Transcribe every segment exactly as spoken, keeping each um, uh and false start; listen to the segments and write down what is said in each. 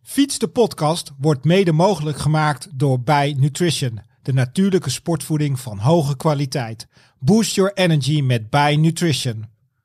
Fiets de podcast wordt mede mogelijk gemaakt door Bij Nutrition, de natuurlijke sportvoeding van hoge kwaliteit. Boost your energy met Bij Nutrition.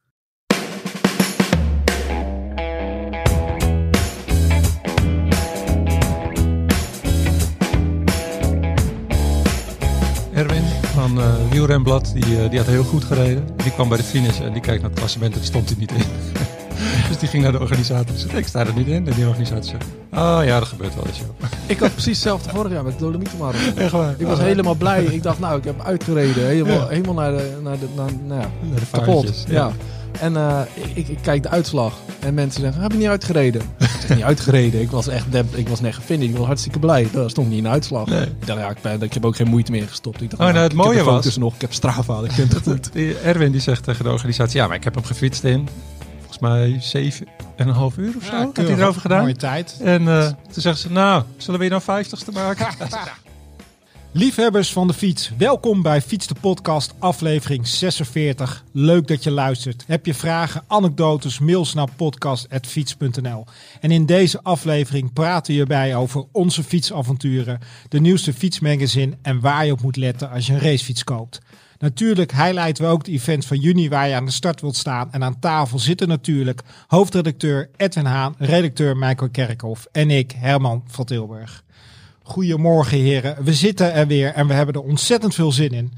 Erwin van uh, Wielrenblad, die, uh, die had heel goed gereden. Die kwam bij de finish en die kijkt naar het klassement en daar stond hij niet in. Dus die ging naar de organisator en zei, ik sta er niet in. En die organisator zei, ah ja, dat gebeurt wel eens, joh. Ik had precies hetzelfde vorig jaar met de Dolomieten-marathon. Echt waar? Ik was ah, helemaal blij. Ik dacht, nou, ik heb uitgereden. Helemaal, Ja. helemaal naar de, naar de, naar, nou ja, naar de kapot. vaartjes, Ja. ja. En uh, ik, ik kijk de uitslag. En mensen zeggen, heb je niet uitgereden? Ik zeg, niet uitgereden. Ik was echt, ik was net gefinished. Ik was hartstikke blij. Dat stond niet in de uitslag. Nee. Ik dacht, ja, ik, ben, ik heb ook geen moeite meer gestopt. Ik dacht, Oh, nou, nou, het ik mooie heb de was- foto's nog. Ik heb Strava. Ik vind het goed. Die Erwin die zegt tegen de organisatie, ja, maar ik heb hem gefietst in volgens mij zeven en een half uur of zo. Ja, Had hij erover gedaan? Mooie tijd. En uh, toen zeggen ze, nou, zullen we je dan vijftigste maken? Liefhebbers van de fiets, welkom bij Fiets de podcast aflevering zesenveertig. Leuk dat je luistert. Heb je vragen, anekdotes, mails naar podcast apenstaartje fiets punt n l. En in deze aflevering praten we hierbij over onze fietsavonturen, de nieuwste fietsmagazine en waar je op moet letten als je een racefiets koopt. Natuurlijk highlighten we ook de events van juni waar je aan de start wilt staan. En aan tafel zitten natuurlijk hoofdredacteur Edwin Haan, redacteur Michael Kerkhoff en ik, Herman van Tilburg. Goedemorgen heren, we zitten er weer en we hebben er ontzettend veel zin in.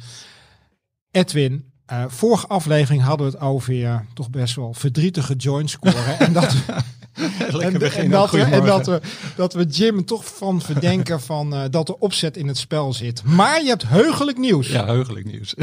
Edwin, uh, vorige aflevering hadden we het over je toch best wel verdrietige joint scoren. en dat we, en, en, dat, we, en dat, we, dat we Jim er toch van verdenken van, uh, dat er opzet in het spel zit. Maar je hebt heugelijk nieuws. Ja, heugelijk nieuws.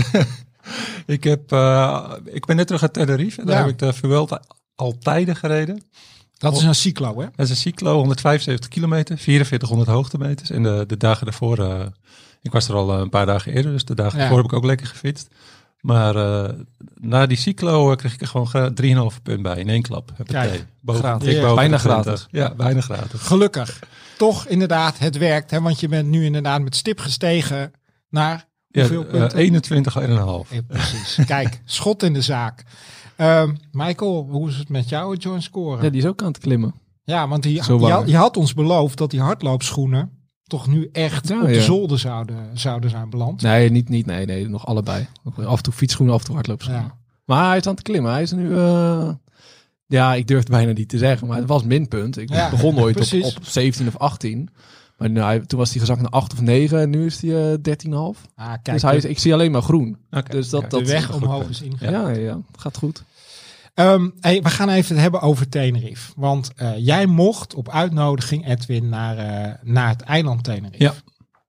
ik, heb, uh, ik ben net terug uit Tenerife. Daar Ja. heb ik de Vuelta al tijden gereden. Dat is een cyclo, hè? Dat is een cyclo, honderdvijfenzeventig kilometer, vierenveertighonderd hoogtemeters. En de, de dagen daarvoor, uh, ik was er al een paar dagen eerder, dus de dagen Ja. daarvoor heb ik ook lekker gefietst. Maar uh, na die cyclo uh, kreeg ik er gewoon gra- drieënhalve punt bij in één klap. Kijk, boven, gratis. dik Ja, boven bijna de twintig. gratis. Ja, bijna gratis. Gelukkig. Toch inderdaad, het werkt. Hè? Want je bent nu inderdaad met stip gestegen naar Ja, hoeveel uh, punten? eenentwintig komma vijf. Ja, precies. Kijk, schot in de zaak. Um, Michael, hoe is het met jouw joint scoren? Ja, die is ook aan het klimmen. Ja, want die, Zo die waar. had, je had ons beloofd dat die hardloopschoenen toch nu echt Ja, op de ja. zolder zouden, zouden zijn beland. Nee, niet, niet, nee, nee, nog allebei. Af en toe fietsschoenen, af en toe hardloopschoenen. Ja. Maar hij is aan het klimmen. Hij is nu... Uh, ja, ik durf het bijna niet te zeggen, maar het was minpunt. Ik Ja, begon ooit op, precies. op zeventien of achttien. Maar nu, hij, toen was hij gezakt naar acht of negen en nu is hij uh, dertien komma vijf. Ah, kijk, Dus hij is, de, ik zie alleen maar groen. Okay, Dus dat, ja, dat de weg een goed omhoog punt. is ingegaan. Ja, ja, ja, gaat goed. Um, hey, we gaan even het hebben over Tenerife. Want uh, jij mocht op uitnodiging, Edwin, naar, uh, naar het eiland Tenerife. Ja.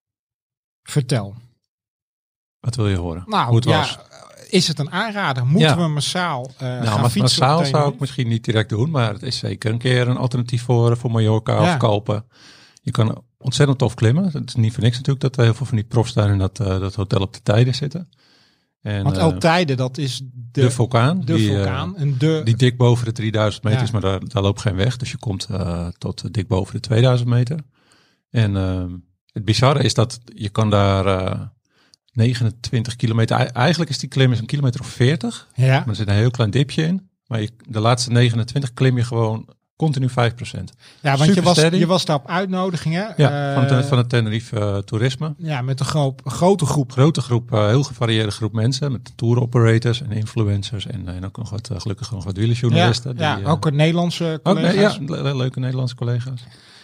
Vertel. Wat wil je horen? Nou, Hoe het ja, was? is het een aanrader? Moeten Ja. we massaal uh, Nou, gaan maar fietsen massaal op zou ik Tenerife? misschien niet direct doen, maar het is zeker een keer een alternatief voor, voor Mallorca Ja. of Kalpen. Je kan ontzettend tof klimmen. Het is niet voor niks natuurlijk dat er heel veel van die profs daar in dat, uh, dat hotel op de Tijden zitten. En, Want uh, El Teide, dat is de, de vulkaan, de die, vulkaan. uh, en de, die dik boven de drieduizend meter Ja. is, maar daar, daar loopt geen weg. Dus je komt uh, tot uh, dik boven de tweeduizend meter. En uh, het bizarre is dat je kan daar uh, negenentwintig kilometer... Eigenlijk is die klim is een kilometer of veertig. ja. Maar er zit een heel klein dipje in. Maar je, de laatste negenentwintig klim je gewoon continu vijf procent. ja, want je super was, steady. je was daar op uitnodiging, hè? Ja, Uh, van het, van het Tenerife uh, toerisme. ja, met een gro- grote groep. Grote groep, uh, heel gevarieerde groep mensen. Met tour operators en influencers. En, en ook nog wat, uh, gelukkig nog wat Ja, wielerjournalisten. ja, die, uh, ook een Nederlandse ook, nee, collega's. ja, le- leuke Nederlandse collega's.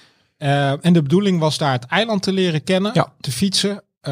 Uh, en de bedoeling was daar het eiland te leren kennen, Ja. te fietsen. Uh,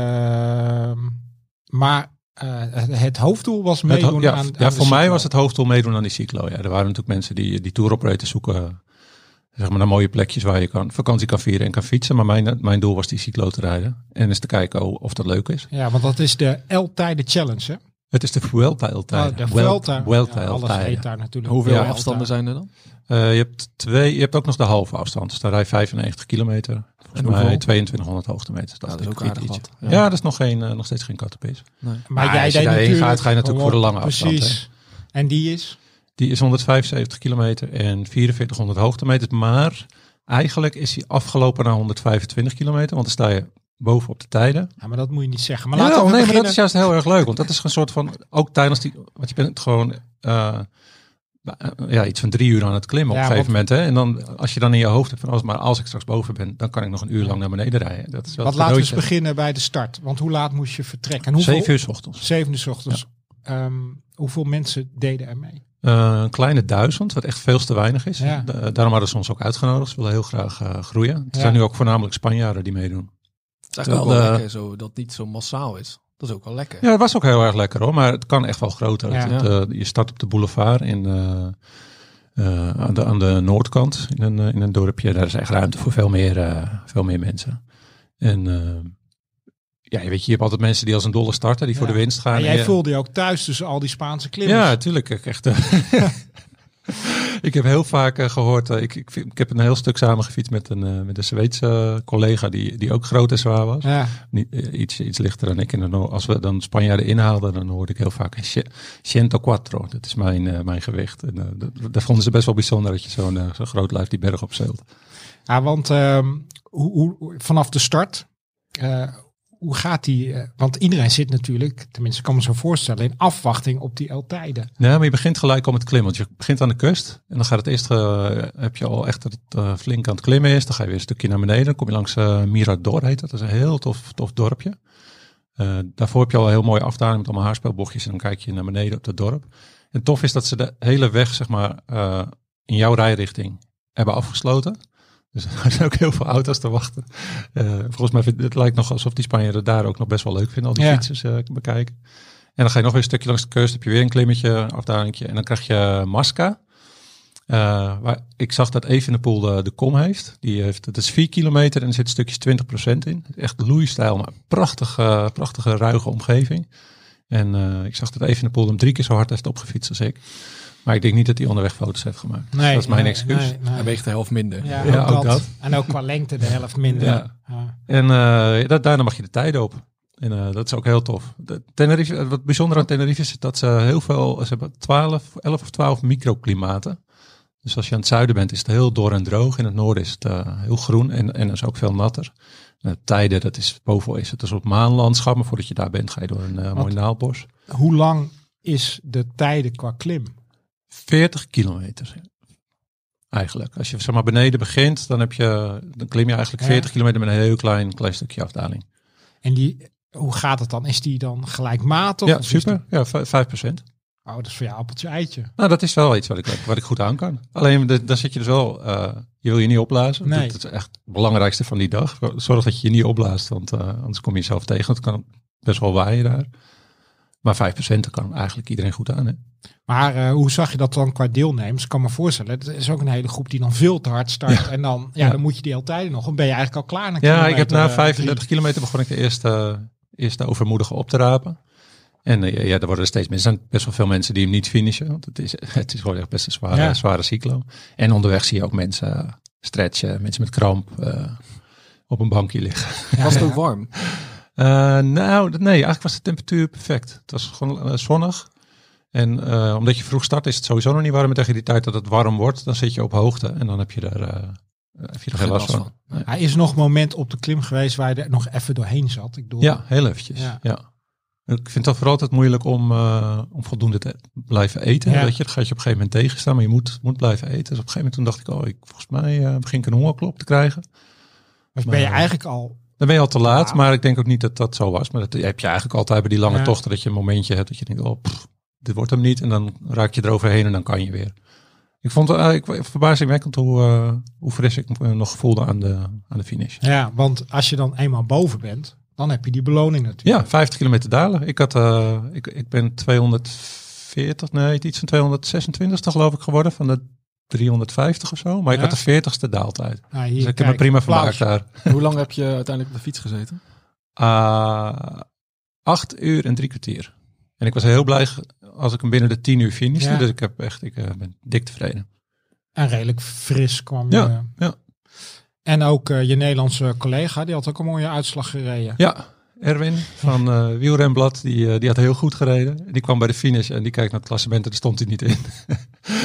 maar uh, het, het hoofddoel was Het meedoen ho- ja, aan, ja, aan voor de mij cyclo. was het hoofddoel meedoen aan die cyclo. Ja, er waren natuurlijk mensen die, die tour operators zoeken... Zeg maar naar mooie plekjes waar je kan, vakantie kan vieren en kan fietsen. Maar mijn, mijn doel was die cyclo te rijden. En eens te kijken oh, of dat leuk is. Ja, want dat is de El Teide Challenge, hè? Het is de Vuelta El Teide. Oh, de Vuel- Vuelta. Vuelta Ja, El alles Teide. heet daar natuurlijk. Hoeveel Ja, afstanden zijn er dan? Uh, je hebt twee, je hebt ook nog de halve afstand. Dus daar rij je vijfennegentig kilometer. Volgens En mij hoeveel? tweeëntwintighonderd hoogtemeters. Dat, Ja, dat is ook iets- aardig iets. wat. Ja. Ja. dat is nog, geen, uh, nog steeds geen kattenpis. Nee. Maar Maar jij als je deed daarheen natuurlijk gaat, ga je natuurlijk voor de lange afstand, Precies. En die is? Die is honderdvijfenzeventig kilometer en vierenveertighonderd hoogtemeters. Maar eigenlijk is die afgelopen naar honderdvijfentwintig kilometer. Want dan sta je boven op de tijden. Ja, maar dat moet je niet zeggen. Maar Ja, laten we nee, maar beginnen. dat is juist heel erg leuk. Want dat is een soort van, ook tijdens die, want je bent gewoon, uh, ja, iets van drie uur aan het klimmen Ja, op een gegeven want- moment. Hè? En dan als je dan in je hoofd hebt van, als, maar als ik straks boven ben, dan kan ik nog een uur lang naar beneden rijden. Dat is wel Wat het laten we eens cadeautje. beginnen bij de start. Want hoe laat moest je vertrekken? En hoeveel, Zeven uur 's ochtends. Zeven uur 's ochtends. Ehm, hoeveel mensen deden er mee? Uh, een kleine duizend, wat echt veel te weinig is. Ja. Da- daarom hadden ze ons ook uitgenodigd. Ze willen heel graag uh, groeien. Er Ja. zijn nu ook voornamelijk Spanjaarden die meedoen. Het is eigenlijk ook Terwijl wel de- lekker zo, dat het niet zo massaal is. Dat is ook wel lekker. Ja, het was ook heel erg lekker hoor, maar het kan echt wel groter. Ja. Het, uh, je start op de boulevard in, uh, uh, aan, de, aan de noordkant in een, uh, in een dorpje. Daar is echt ruimte voor veel meer, uh, veel meer mensen. En uh, ja, je weet je, je hebt altijd mensen die als een dolle starten, die Ja. voor de winst gaan. En jij En je- voelde je ook thuis tussen al die Spaanse klimmers. Ja, natuurlijk. Ik, echt, uh, ik heb heel vaak uh, gehoord, uh, ik, ik, ik heb een heel stuk samengefietst met een, uh, met een Zweedse collega die, die ook groot en zwaar was. Ja. Niet, uh, iets, iets lichter dan ik. En dan, als we dan Spanjaarden inhaalden, dan hoorde ik heel vaak honderdvier. Dat is mijn, uh, mijn gewicht. En, uh, dat, dat vonden ze best wel bijzonder dat je zo'n uh, zo'n groot lijf die berg opzeilt. Ja, want ehm, hoe, hoe, vanaf de start, uh, hoe gaat die? Uh, want iedereen zit natuurlijk, tenminste ik kan me zo voorstellen, in afwachting op die L-tijden. Nee, maar je begint gelijk al met klimmen. Want je begint aan de kust. En dan gaat het eerst, uh, heb je al echt dat het uh, flink aan het klimmen is. Dan ga je weer een stukje naar beneden. Dan kom je langs uh, Mirador heet dat. Dat is een heel tof, tof dorpje. Uh, daarvoor heb je al een heel mooie afdaling met allemaal haarspeelbochtjes. En dan kijk je naar beneden op het dorp. En tof is dat ze de hele weg, zeg maar, uh, in jouw rijrichting hebben afgesloten. Dus er zijn ook heel veel auto's te wachten. Uh, volgens mij vindt het lijkt nog alsof die Spanjaarden daar ook nog best wel leuk vinden. Al die Ja. fietsers uh, bekijken. En dan ga je nog weer een stukje langs de kust. Heb je weer een klimmetje, afdalingje. En dan krijg je Masca. Uh, waar ik zag dat Evenepoel de, de kom heeft. Die heeft. Het is vier kilometer en er zit stukjes twintig procent in. Echt loeistijl, maar prachtige, prachtige ruige omgeving. En uh, ik zag dat Evenepoel hem drie keer zo hard heeft opgefietst als ik. Maar ik denk niet dat hij onderweg foto's heeft gemaakt. Nee, dat is mijn nee, excuus. nee, nee. Hij weegt de helft minder. Ja, Ja, ook, ook dat. dat. En ook qua lengte de helft minder. Ja. Ja. En uh, dat, daarna mag je de tijden op. En uh, dat is ook heel tof. De Tenerife, wat bijzonder aan Tenerife is dat ze heel veel, ze hebben twaalf, elf of twaalf microklimaten. Dus als je aan het zuiden bent is het heel dor en droog. In het noorden is het uh, heel groen en, en is ook veel natter. Uh, tijden, dat is boven is het een soort maanlandschap. Maar voordat je daar bent ga je door een uh, mooi naaldbos. Hoe lang is de tijden qua klim? veertig kilometer. Eigenlijk. Als je zeg maar beneden begint, dan, heb je, dan klim je eigenlijk veertig Ja. kilometer met een heel klein, klein stukje afdaling. En die, hoe gaat het dan? Is die dan gelijkmatig? Ja, Of is super. Ja, vijf procent. die- oh, dat is voor jou appeltje eitje. Nou, dat is wel iets wat ik, wat ik goed aan kan. Alleen, de, dan zit je dus wel, uh, je wil je niet opblazen. Nee. Dat is echt het belangrijkste van die dag. Zorg dat je je niet opblaast, want uh, anders kom je jezelf tegen. Het kan best wel waaien daar. Maar vijf procent kan eigenlijk iedereen goed aan. Hè? Maar uh, hoe zag je dat dan qua deelnemers? Ik kan me voorstellen, het is ook een hele groep die dan veel te hard start. Ja. En dan, ja, Ja. dan moet je die L-tijden nog. Dan ben je eigenlijk al klaar. Na Ja, ik heb kilometer, na uh, vijfendertig kilometer begon ik de eerste, eerste overmoedige op te rapen. En uh, ja, er worden er steeds meer. Er zijn best wel veel mensen die hem niet finishen. Want het is, het is gewoon echt best een zware, Ja. zware cyclo. En onderweg zie je ook mensen uh, stretchen, mensen met kramp uh, op een bankje liggen. Ja, Was het ja. ook warm? Uh, nou, dat- nee, eigenlijk was de temperatuur perfect. Het was gewoon uh, zonnig. En uh, omdat je vroeg start is het sowieso nog niet warm. En tegen die tijd dat het warm wordt, dan zit je op hoogte. En dan heb je er, uh, heb je er geen last van. Nee. Hij is nog een moment op de klim geweest waar je er nog even doorheen zat. Ik bedoel, Ja, heel eventjes. Ja. Ja. Ik vind het vooral altijd moeilijk om, uh, om voldoende te blijven eten. Ja. Weet je, dan ga je op een gegeven moment tegenstaan, maar je moet, moet blijven eten. Dus op een gegeven moment toen dacht ik, oh, ik, volgens mij uh, begin ik een hongerklop te krijgen. dus ben je Maar- eigenlijk al... Dan ben je al te laat, Ja. maar ik denk ook niet dat dat zo was. Maar dat heb je eigenlijk altijd bij die lange Ja. tochten, dat je een momentje hebt dat je denkt, oh, pff, dit wordt hem niet. En dan raak je eroverheen en dan kan je weer. Ik vond het eigenlijk verbazingwekkend hoe, uh, hoe fris ik me nog voelde aan de, aan de finish. Ja, want als je dan eenmaal boven bent, dan heb je die beloning natuurlijk. Ja, vijftig kilometer dalen. Ik, had, uh, ik, ik ben tweehonderdveertig, nee, iets van tweehonderdzesentwintigste geloof ik geworden van de driehonderdvijftig of zo. Maar ik Ja. had de veertigste daaltijd. Nou, hier, Dus ik heb kijk, me prima applaus. vermaakt daar. Hoe lang heb je uiteindelijk op de fiets gezeten? Uh, acht uur en drie kwartier. En ik was heel blij ge- als ik hem binnen de tien uur finishte. Ja. Dus ik, heb echt, ik uh, ben dik tevreden. En redelijk fris kwam je. Ja, ja. En ook uh, je Nederlandse collega, die had ook een mooie uitslag gereden. Ja, Erwin van uh, Wielrenblad, die, uh, die had heel goed gereden. Die kwam bij de finish en die kijkt naar het klassement en daar stond hij niet in.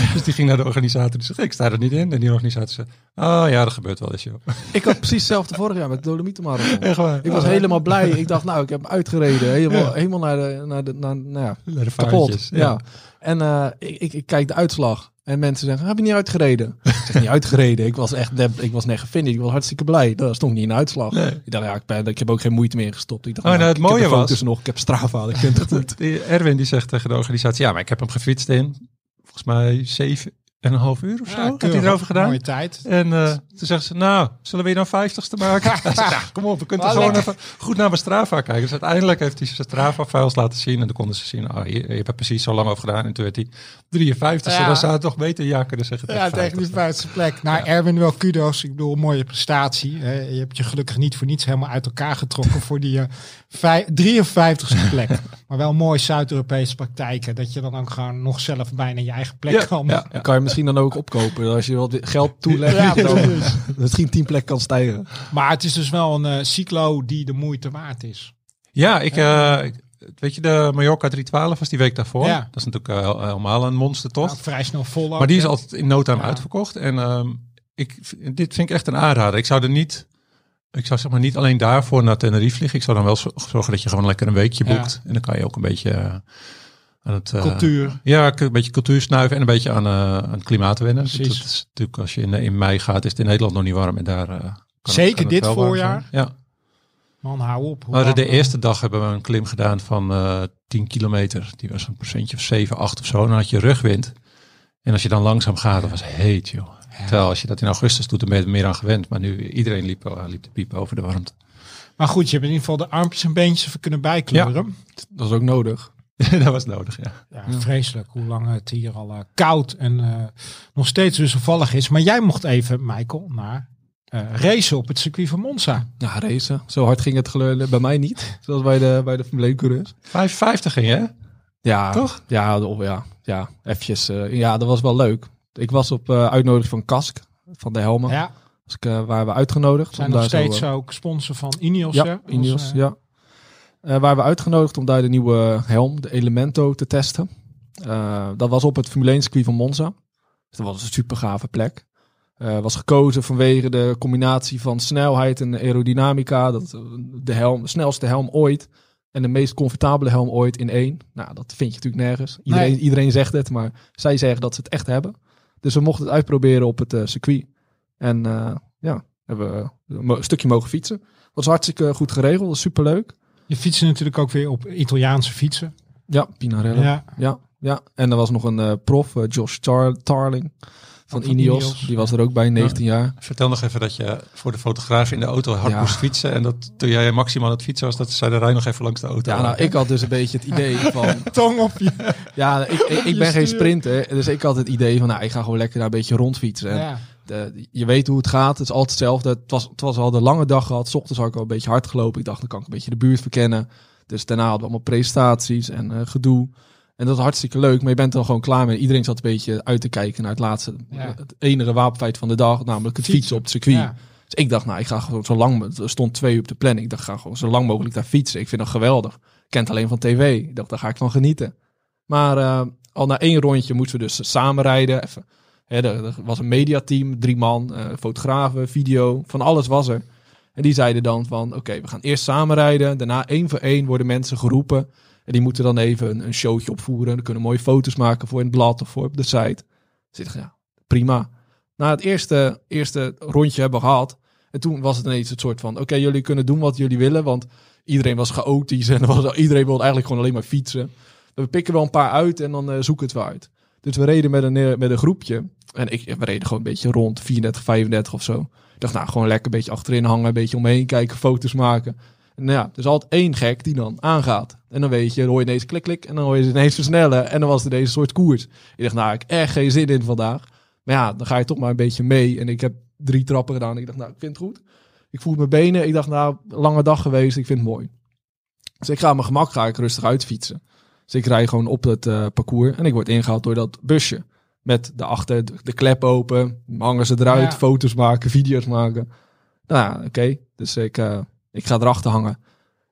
Dus die ging naar de organisator. Die zegt, ik sta er niet in. En die organisator zei, oh ja, dat gebeurt wel eens, joh. Ik had precies hetzelfde vorig jaar met de Dolomieten-marathon. Echt waar? Ik was oh, helemaal blij. Ik dacht, nou, ik heb hem uitgereden. Helemaal, Ja. helemaal naar de, naar de, naar, nou ja, Naar de kapot. vaartjes. Ja. Ja. En uh, ik, ik, ik kijk de uitslag. En mensen zeggen, heb je niet uitgereden? Ik zeg, niet uitgereden. Ik was echt, ik was net gefinished. Ik was hartstikke blij. Dat stond niet in de uitslag. Nee. Ik dacht, ja, ik, ben, ik heb ook geen moeite meer gestopt. Ik dacht, Oh, nou, het ik, ik mooie heb de was- foto's nog. Ik heb Strava. Ik vind het goed. Die Erwin die zegt tegen de organisatie, ja, maar ik heb hem gefietst in, volgens mij zeven en een half uur of zo. Ja, Had hij erover gedaan? Mooie tijd. En uh, toen zegt ze, nou, zullen we je dan vijftigste maken? Hij zegt, ja, kom op, we kunnen toch Ah, gewoon lekker. even goed naar mijn Strava kijken. Dus uiteindelijk heeft hij zijn Strava-files laten zien. En dan konden ze zien, oh, je, je hebt er precies zo lang over gedaan. En toen werd hij drieënvijftigste. Ja. Dan zou het toch beter ja kunnen zeggen. Ja, tegen die vijftigste plek. Nou, Erwin, wel kudos. Ik bedoel, mooie prestatie. Hè. Je hebt je gelukkig niet voor niets helemaal uit elkaar getrokken voor die uh, vij- drieënvijftigste plek. Maar wel mooi Zuid-Europese praktijken. Dat je dan ook gewoon nog zelf bijna je eigen plek Ja, kan. ja. Dan kan je misschien dan ook opkopen. Als je wat geld toelegt, Ja, dan precies. misschien tien plek kan stijgen. Maar het is dus wel een uh, cyclo die de moeite waard is. Ja, ik, uh, ik- weet je, de Mallorca driehonderdtwaalf was die week daarvoor. Ja. Dat is natuurlijk uh, helemaal een monstertocht. Nou, vrij snel vol ook, Maar die is hè. altijd in no time Ja. uitverkocht. En um, ik, dit vind ik echt een aanrader. Ik zou er niet, ik zou zeg maar niet alleen daarvoor naar Tenerife vliegen. Ik zou dan wel zo- zorgen dat je gewoon lekker een weekje Ja. boekt. En dan kan je ook een beetje uh, aan het uh, Cultuur. Ja, een beetje cultuur snuiven en een beetje aan, uh, aan het klimaat wennen. Precies. Dat is natuurlijk als je in, in mei gaat, is het in Nederland nog niet warm en daar. Uh, kan het- Zeker kan het dit wel warm voorjaar. zijn. Ja. Man, hou op. Hoe We hadden de lang, uh, eerste dag hebben we een klim gedaan van uh, tien kilometer. Die was een procentje of zeven, acht of zo. En dan had je rugwind. En als je dan langzaam gaat, dat was heet, joh. Terwijl als je dat in augustus doet, dan ben je er meer aan gewend. Maar nu, iedereen liep, uh, liep te piepen over de warmte. Maar goed, je hebt in ieder geval de armpjes en beentjes even kunnen bijkleuren. Dat is ook nodig. Dat was nodig, ja. Ja, vreselijk hoe lang het hier al uh, koud en uh, nog steeds wisselvallig is. Maar jij mocht even, Michael, naar uh, racen op het circuit van Monza. Ja, racen. Zo hard ging het gelul bij mij niet. Zoals bij de, bij de Formule één-coureurs. vijfenvijftig ging je, hè? Ja, Toch? Ja, of, ja, ja, eventjes. Uh, ja, dat was wel leuk. Ik was op uh, uitnodiging van Kask, van de Helmen. Ja, Dus ik, uh, waren we uitgenodigd. zijn om nog daar steeds zo, uh, ook sponsor van Ineos. Ja, hè? Ineos, Ons, uh, ja. Uh, waren we uitgenodigd om daar de nieuwe helm, de Elemento, te testen. Uh, dat was op het Formule één circuit van Monza. Dus dat was een super gave plek. Uh, was gekozen vanwege de combinatie van snelheid en aerodynamica. Dat, uh, de, helm, de snelste helm ooit en de meest comfortabele helm ooit in één. Nou, dat vind je natuurlijk nergens. Iedereen, Nee. iedereen zegt het, maar zij zeggen dat ze het echt hebben. Dus we mochten het uitproberen op het uh, circuit. En uh, ja, hebben we een stukje mogen fietsen. Was hartstikke goed geregeld, was superleuk. Je fietst natuurlijk ook weer op Italiaanse fietsen. Ja, Pinarello. Ja, Ja, ja. En er was nog een uh, prof, uh, Josh Tar- Tarling van, Van Ineos. Ineos, Die was er ook bij, negentien jaar. Vertel nog even dat je voor de fotograaf in de auto hard Ja. moest fietsen. En dat toen jij maximaal aan het fietsen was, dat zij de rij nog even langs de auto. Ja, nou, ik had dus een beetje het idee van... tong op je. Ja, ik, ik, ik ben geen sprinter. Dus ik had het idee van, nou, ik ga gewoon lekker daar een beetje rondfietsen. En Ja. de, je weet hoe het gaat. Het is altijd hetzelfde. Het was, het was al de lange dag gehad. 's Ochtends had ik al een beetje hard gelopen. Ik dacht, dan kan ik een beetje de buurt verkennen. Dus daarna hadden we allemaal presentaties en uh, gedoe. En dat was hartstikke leuk. Maar je bent er gewoon klaar mee. Iedereen zat een beetje uit te kijken naar het laatste. Ja. Het enige wapenfeit van de dag. Namelijk het Fietsen. fietsen op het circuit. Ja. Dus ik dacht, nou, ik ga gewoon zo lang... Er stond twee uur op de planning. Ik dacht, ik ga gewoon zo lang mogelijk daar fietsen. Ik vind dat geweldig. Ik ken het alleen van tv. Ik dacht, daar ga ik van genieten. Maar uh, al na één rondje moesten we dus samen rijden. Even, hè, er, er was een mediateam, drie man, uh, fotografen, video, van alles was er. En die zeiden dan van, oké, okay, we gaan eerst samen rijden. Daarna één voor één worden mensen geroepen. En die moeten dan even een, een showtje opvoeren. Dan kunnen mooie foto's maken voor in het blad of voor op de site. Dus ik dacht, ja, prima. Na het eerste, eerste rondje hebben we gehad. En toen was het ineens het soort van, oké, okay, jullie kunnen doen wat jullie willen. Want iedereen was chaotisch en was, iedereen wilde eigenlijk gewoon alleen maar fietsen. We pikken wel een paar uit en dan uh, zoeken het weer uit. Dus we reden met een, met een groepje. En ik, we reden gewoon een beetje rond, vierendertig, vijfendertig of zo. Ik dacht, nou, gewoon lekker een beetje achterin hangen, een beetje omheen kijken, foto's maken. En nou ja, er is altijd één gek die dan aangaat. En dan weet je, dan hoor je ineens klik, klik. En dan hoor je ze ineens versnellen. En dan was er deze soort koers. Ik dacht, nou, ik heb echt geen zin in vandaag. Maar ja, dan ga je toch maar een beetje mee. En ik heb drie trappen gedaan. Ik dacht, nou, ik vind het goed. Ik voel mijn benen. Ik dacht, nou, lange dag geweest. Ik vind het mooi. Dus ik ga aan mijn gemak, ga ik rustig uitfietsen. Dus ik rij gewoon op het uh, parcours. En ik word ingehaald door dat busje. Met de achter, de, de klep open. Hangen ze eruit. Ja. Foto's maken, video's maken. Nou ja, oké. Okay. Dus ik, uh, ik ga erachter hangen.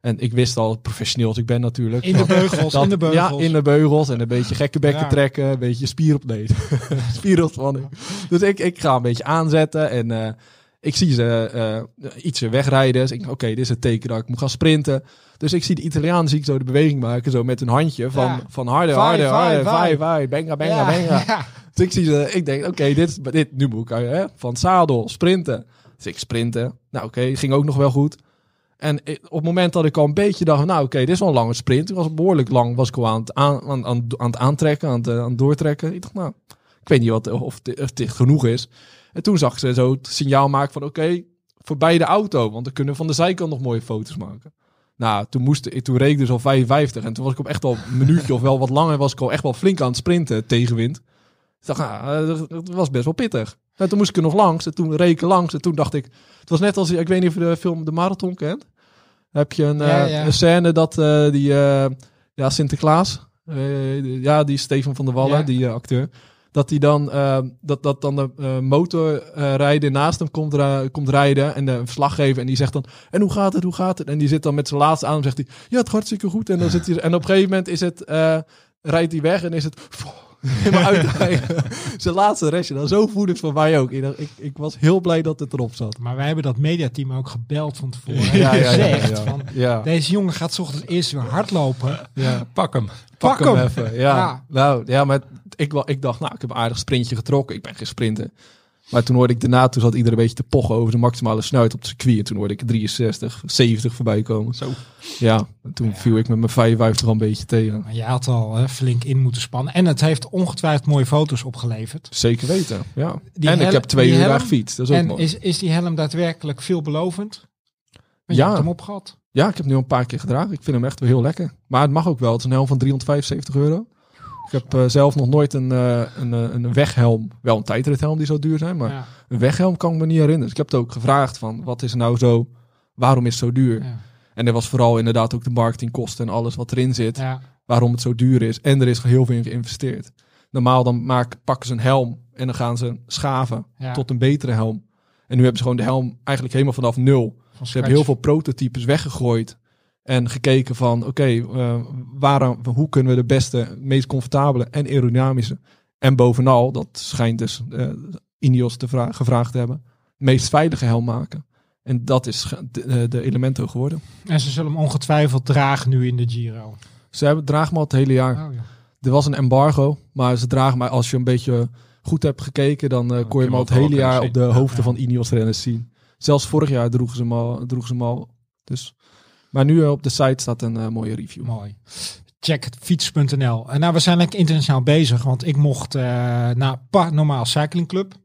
En ik wist al, professioneel als ik ben natuurlijk. In de beugels, dat, in de beugels. Ja, in de beugels. En een beetje gekke bekken Ja. trekken. Een beetje spier op nee, spierontspanning. Dus ik, ik ga een beetje aanzetten. En uh, ik zie ze uh, iets wegrijden. Dus ik denk, oké, okay, dit is het teken dat ik moet gaan sprinten. Dus ik zie de Italiaan zie ik zo de beweging maken. Zo met een handje van, Ja. van harder, Vai, harder, vai, harder. vai. Vai, vai, benga, benga, Ja, benga. ja. Dus ik zie ze, ik denk, oké, okay, dit, dit, nu moet ik hè, van het zadel, sprinten. Dus ik sprinten. Nou oké, okay, ging ook nog wel goed. En op het moment dat ik al een beetje dacht, nou oké, okay, dit is wel een lange sprint. Ik was behoorlijk lang, was ik al aan het, aan, aan, aan, aan het aantrekken, aan het, aan het doortrekken. Ik dacht, nou, ik weet niet wat, of, het, of dit genoeg is. En toen zag ze zo het signaal maken van, oké, okay, voorbij de auto. Want dan kunnen we van de zijkant nog mooie foto's maken. Nou, toen, moest, ik, toen reed ik dus al vijfenvijftig. En toen was ik op echt al een minuutje of wel wat langer, was ik al echt wel flink aan het sprinten tegenwind. Ik dacht, nou, dat was best wel pittig. En toen moest ik er nog langs. En toen reed ik er langs. En toen dacht ik, het was net als, ik weet niet of je de film De Marathon kent. Dan heb je een, Ja, uh, ja. een scène dat uh, die, uh, ja, Sinterklaas, uh, ja, die Steven van der Wallen, Ja. die uh, acteur, dat die dan, uh, dat, dat dan de uh, motorrijder uh, naast hem komt, uh, komt rijden en de verslaggever en die zegt dan, en hoe gaat het, hoe gaat het? En die zit dan met zijn laatste adem, zegt hij, ja, het gaat hartstikke goed. En dan zit hij, en op een gegeven moment is het, uh, rijdt hij weg en is het, pff, helemaal uitrijden. Zijn laatste restje, dan zo voelde het voor mij ook. Ik, ik, ik was heel blij dat het erop zat. Maar wij hebben dat mediateam ook gebeld van tevoren. Ja, En ja, ja, gezegd ja. van, Ja. deze jongen gaat 's ochtends eerst weer hardlopen. Ja. Pak hem. Pak Pak hem hem. even. Ja. Ja. Nou, ja, maar ik, wa- ik dacht, nou, ik heb een aardig sprintje getrokken. Ik ben geen sprinter. Maar toen hoorde ik daarna, toen zat iedereen een beetje te pochen over de maximale snelheid op het circuit. En toen hoorde ik drieënzestig, zeventig voorbij komen. Zo. Ja, en toen Ja. viel ik met mijn vijfenvijftig al een beetje tegen. Maar je had al hè, flink in moeten spannen. En het heeft ongetwijfeld mooie foto's opgeleverd. Zeker weten, ja. Die en hel- ik heb twee die uur helm- daar gefietst. Dat is ook En mooi. is, is die helm daadwerkelijk veelbelovend? Want je Ja. hebt hem opgehad. Ja, ik heb nu al een paar keer gedragen. Ik vind hem echt wel heel lekker. Maar het mag ook wel. Het is een helm van driehonderdvijfenzeventig euro. Ik heb uh, zelf nog nooit een, uh, een, uh, een weghelm, wel een tijdrithelm die zo duur zijn, maar Ja. een weghelm kan ik me niet herinneren. Dus ik heb het ook gevraagd van, wat is er nou zo, waarom is het zo duur? Ja. En er was vooral inderdaad ook de marketingkosten en alles wat erin zit, Ja. waarom het zo duur is. En er is heel veel in geïnvesteerd. Normaal dan maken, pakken ze een helm en dan gaan ze schaven Ja. tot een betere helm. En nu hebben ze gewoon de helm eigenlijk helemaal vanaf nul. Van Ze hebben heel veel prototypes weggegooid. En gekeken van, oké, okay, uh, waarom, hoe kunnen we de beste, meest comfortabele en aerodynamische. En bovenal, dat schijnt dus uh, Ineos te vra- gevraagd te hebben, meest veilige helm maken. En dat is de, de Elemento geworden. En ze zullen hem ongetwijfeld dragen nu in de Giro. Ze hebben dragen me al het hele jaar. Oh, ja. Er was een embargo, maar ze dragen maar als je een beetje goed hebt gekeken, dan uh, kon je hem al het hele jaar op de hoofden Ja. van Ineos renners zien. Zelfs vorig jaar droegen ze hem al. Droegen ze hem al dus. Maar nu uh, op de site staat een uh, mooie review. Mooi. Check het fiets punt n l. En nou, we zijn lekker internationaal bezig, want ik mocht uh, naar Pa Normaal Cycling Club.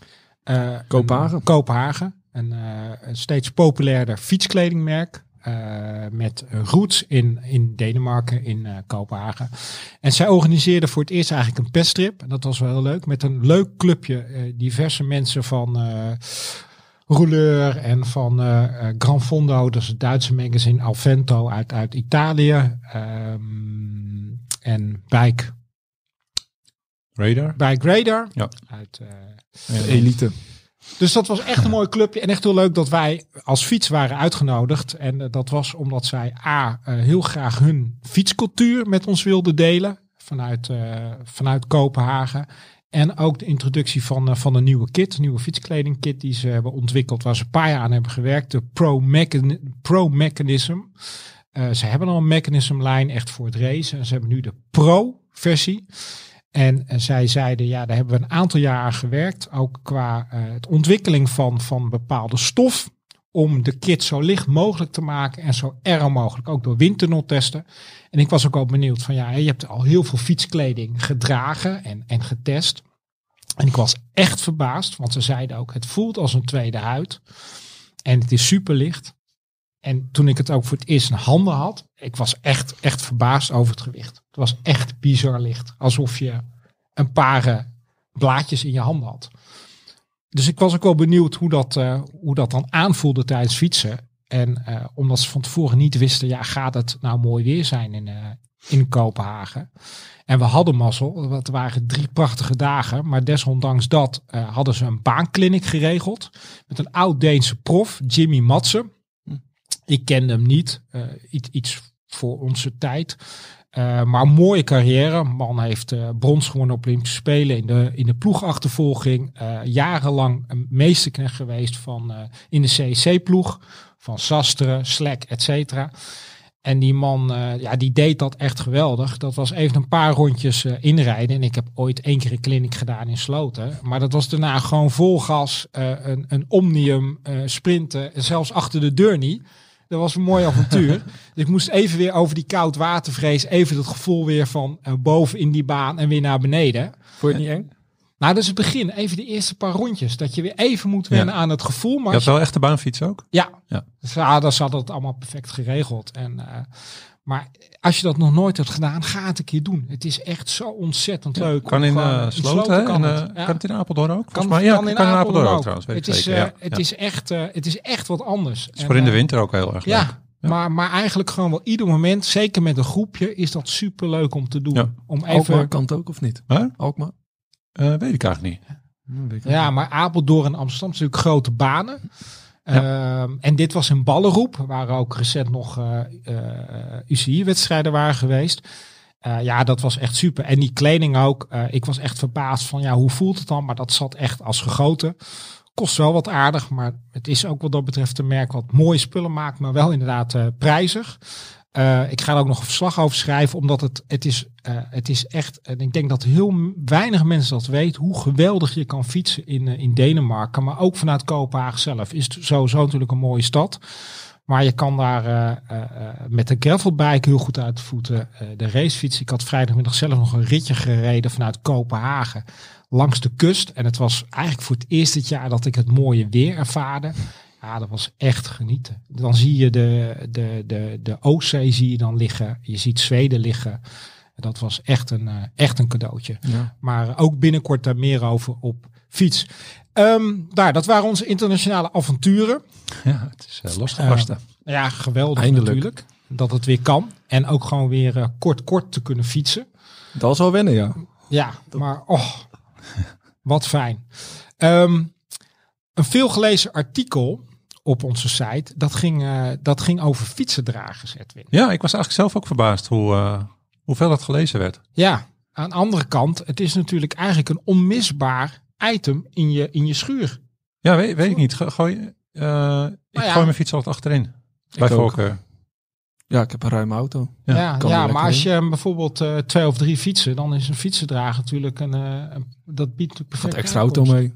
Uh, Kopenhagen. Een, Kopenhagen. Een, uh, een steeds populairder fietskledingmerk. Uh, met roots in, in Denemarken, in uh, Kopenhagen. En zij organiseerden voor het eerst eigenlijk een pesttrip. En dat was wel heel leuk. Met een leuk clubje. Uh, diverse mensen van uh, Rouleur en van uh, uh, Gran Fondo. Dat is het Duitse magazine Alvento uit, uit Italië. Um, en Bike, Radar. Bike Radar. Ja. Uit, uh, De elite. Dus dat was echt een mooi clubje. En echt heel leuk dat wij als fiets waren uitgenodigd. En uh, dat was omdat zij A, uh, heel graag hun fietscultuur met ons wilden delen. Vanuit, uh, vanuit Kopenhagen. En ook de introductie van, uh, van een nieuwe kit. Een nieuwe fietskledingkit die ze hebben ontwikkeld. Waar ze een paar jaar aan hebben gewerkt. De Pro, Mechan- Pro Mechanism. Uh, ze hebben al een Mechanism lijn echt voor het racen. En ze hebben nu de Pro versie. En uh, zij zeiden, ja, daar hebben we een aantal jaar aan gewerkt. Ook qua uh, het ontwikkeling van, van bepaalde stof. Om de kit zo licht mogelijk te maken. En zo aero mogelijk. Ook door windtunneltesten. En ik was ook al benieuwd van, ja, je hebt al heel veel fietskleding gedragen en, en getest. En ik was echt verbaasd. Want ze zeiden ook, het voelt als een tweede huid. En het is super licht. En toen ik het ook voor het eerst in handen had, ik was echt, echt verbaasd over het gewicht. Het was echt bizar licht. Alsof je een paar uh, blaadjes in je handen had. Dus ik was ook wel benieuwd hoe dat, uh, hoe dat dan aanvoelde tijdens fietsen. En uh, omdat ze van tevoren niet wisten, ja, gaat het nou mooi weer zijn in, uh, in Kopenhagen? En we hadden mazzel, het waren drie prachtige dagen. Maar desondanks dat uh, hadden ze een baanclinic geregeld. Met een oud-Deense prof, Jimmy Madsen. Ik kende hem niet. Uh, iets, iets voor onze tijd. Uh, maar een mooie carrière. Man heeft uh, brons gewonnen op Olympische Spelen in de, in de ploegachtervolging. Uh, jarenlang een meesterknecht geweest van, uh, in de C S C-ploeg. Van Sasteren, Slek, et cetera. En die man, uh, ja, die deed dat echt geweldig. Dat was even een paar rondjes uh, inrijden. En ik heb ooit één keer een clinic gedaan in Sloten. Maar dat was daarna gewoon vol gas. Uh, een, een omnium, uh, sprinten. En zelfs achter de deur niet. Dat was een mooi avontuur. Dus ik moest even weer over die koud watervrees. Even het gevoel weer van uh, boven in die baan en weer naar beneden. Vond je het niet eng? Nou, dat is het begin. Even de eerste paar rondjes. Dat je weer even moet wennen ja. aan het gevoel. Maar je had wel echt de baanfiets ook? Ja. ja. Dus, ja, dat zat het allemaal perfect geregeld. En, uh, maar als je dat nog nooit hebt gedaan, ga het een keer doen. Het is echt zo ontzettend ja, leuk. Kan in uh, Sloten, kan, het. Uh, ja. kan het in Apeldoorn ook? Kan, maar, ja, kan in kan Apeldoorn, Apeldoorn ook, ook trouwens. Weet het ik is, zeker. uh, Ja, het, ja. is echt, uh, het is echt wat anders. Het is voor in de winter ook heel erg leuk. Ja. Ja. Maar, maar eigenlijk gewoon wel ieder moment, zeker met een groepje, is dat super leuk om te doen. Ja. Om even... Alkmaar kan het ook of niet? Huh? Alkmaar? Uh, weet ik eigenlijk niet. Weet ik ja, niet. Maar Apeldoorn en Amsterdam zijn natuurlijk grote banen. Ja. Uh, en dit was in Ballenroep, waar ook recent nog uh, uh, U C I-wedstrijden waren geweest. Uh, ja, dat was echt super. En die kleding ook. Uh, ik was echt verbaasd van, ja, hoe voelt het dan? Maar dat zat echt als gegoten. Kost wel wat aardig, maar het is ook wat dat betreft een merk wat mooie spullen maakt, maar wel inderdaad uh, prijzig. Uh, ik ga er ook nog een verslag over schrijven, omdat het, het, is, uh, het is echt, en ik denk dat heel weinig mensen dat weten, hoe geweldig je kan fietsen in, uh, in Denemarken, maar ook vanuit Kopenhagen zelf. Is het sowieso natuurlijk een mooie stad. Maar je kan daar uh, uh, met de gravelbike heel goed uit de voeten. Uh, de racefiets. Ik had vrijdagmiddag zelf nog een ritje gereden vanuit Kopenhagen langs de kust. En het was eigenlijk voor het eerst dit jaar dat ik het mooie weer ervaarde. Ja, dat was echt genieten. Dan zie je de, de, de, de Oostzee zie je dan liggen. Je ziet Zweden liggen. Dat was echt een, uh, echt een cadeautje. Ja. Maar uh, ook binnenkort daar meer over op fiets. Um, daar, dat waren onze internationale avonturen. Ja, het is uh, losgebarsten. Uh, ja, geweldig Eindelijk. Natuurlijk. Dat het weer kan. En ook gewoon weer uh, kort kort te kunnen fietsen. Dat is al wennen, ja. Ja, maar oh, wat fijn. Um, een veelgelezen artikel op onze site, dat ging, uh, dat ging over fietsendragers, Edwin. Ja, ik was eigenlijk zelf ook verbaasd hoe, uh, hoeveel dat gelezen werd. Ja, aan de andere kant, het is natuurlijk eigenlijk een onmisbaar item in je, in je schuur. Ja, weet, weet ik niet. Gooi, uh, ik nou ja. gooi mijn fiets altijd achterin. Bij voorkeur. Ja, ik heb een ruime auto. Ja, ja, ja maar als je bijvoorbeeld uh, twee of drie fietsen, dan is een fietsendrager natuurlijk een, uh, een dat biedt natuurlijk perfect. Wat extra auto mee.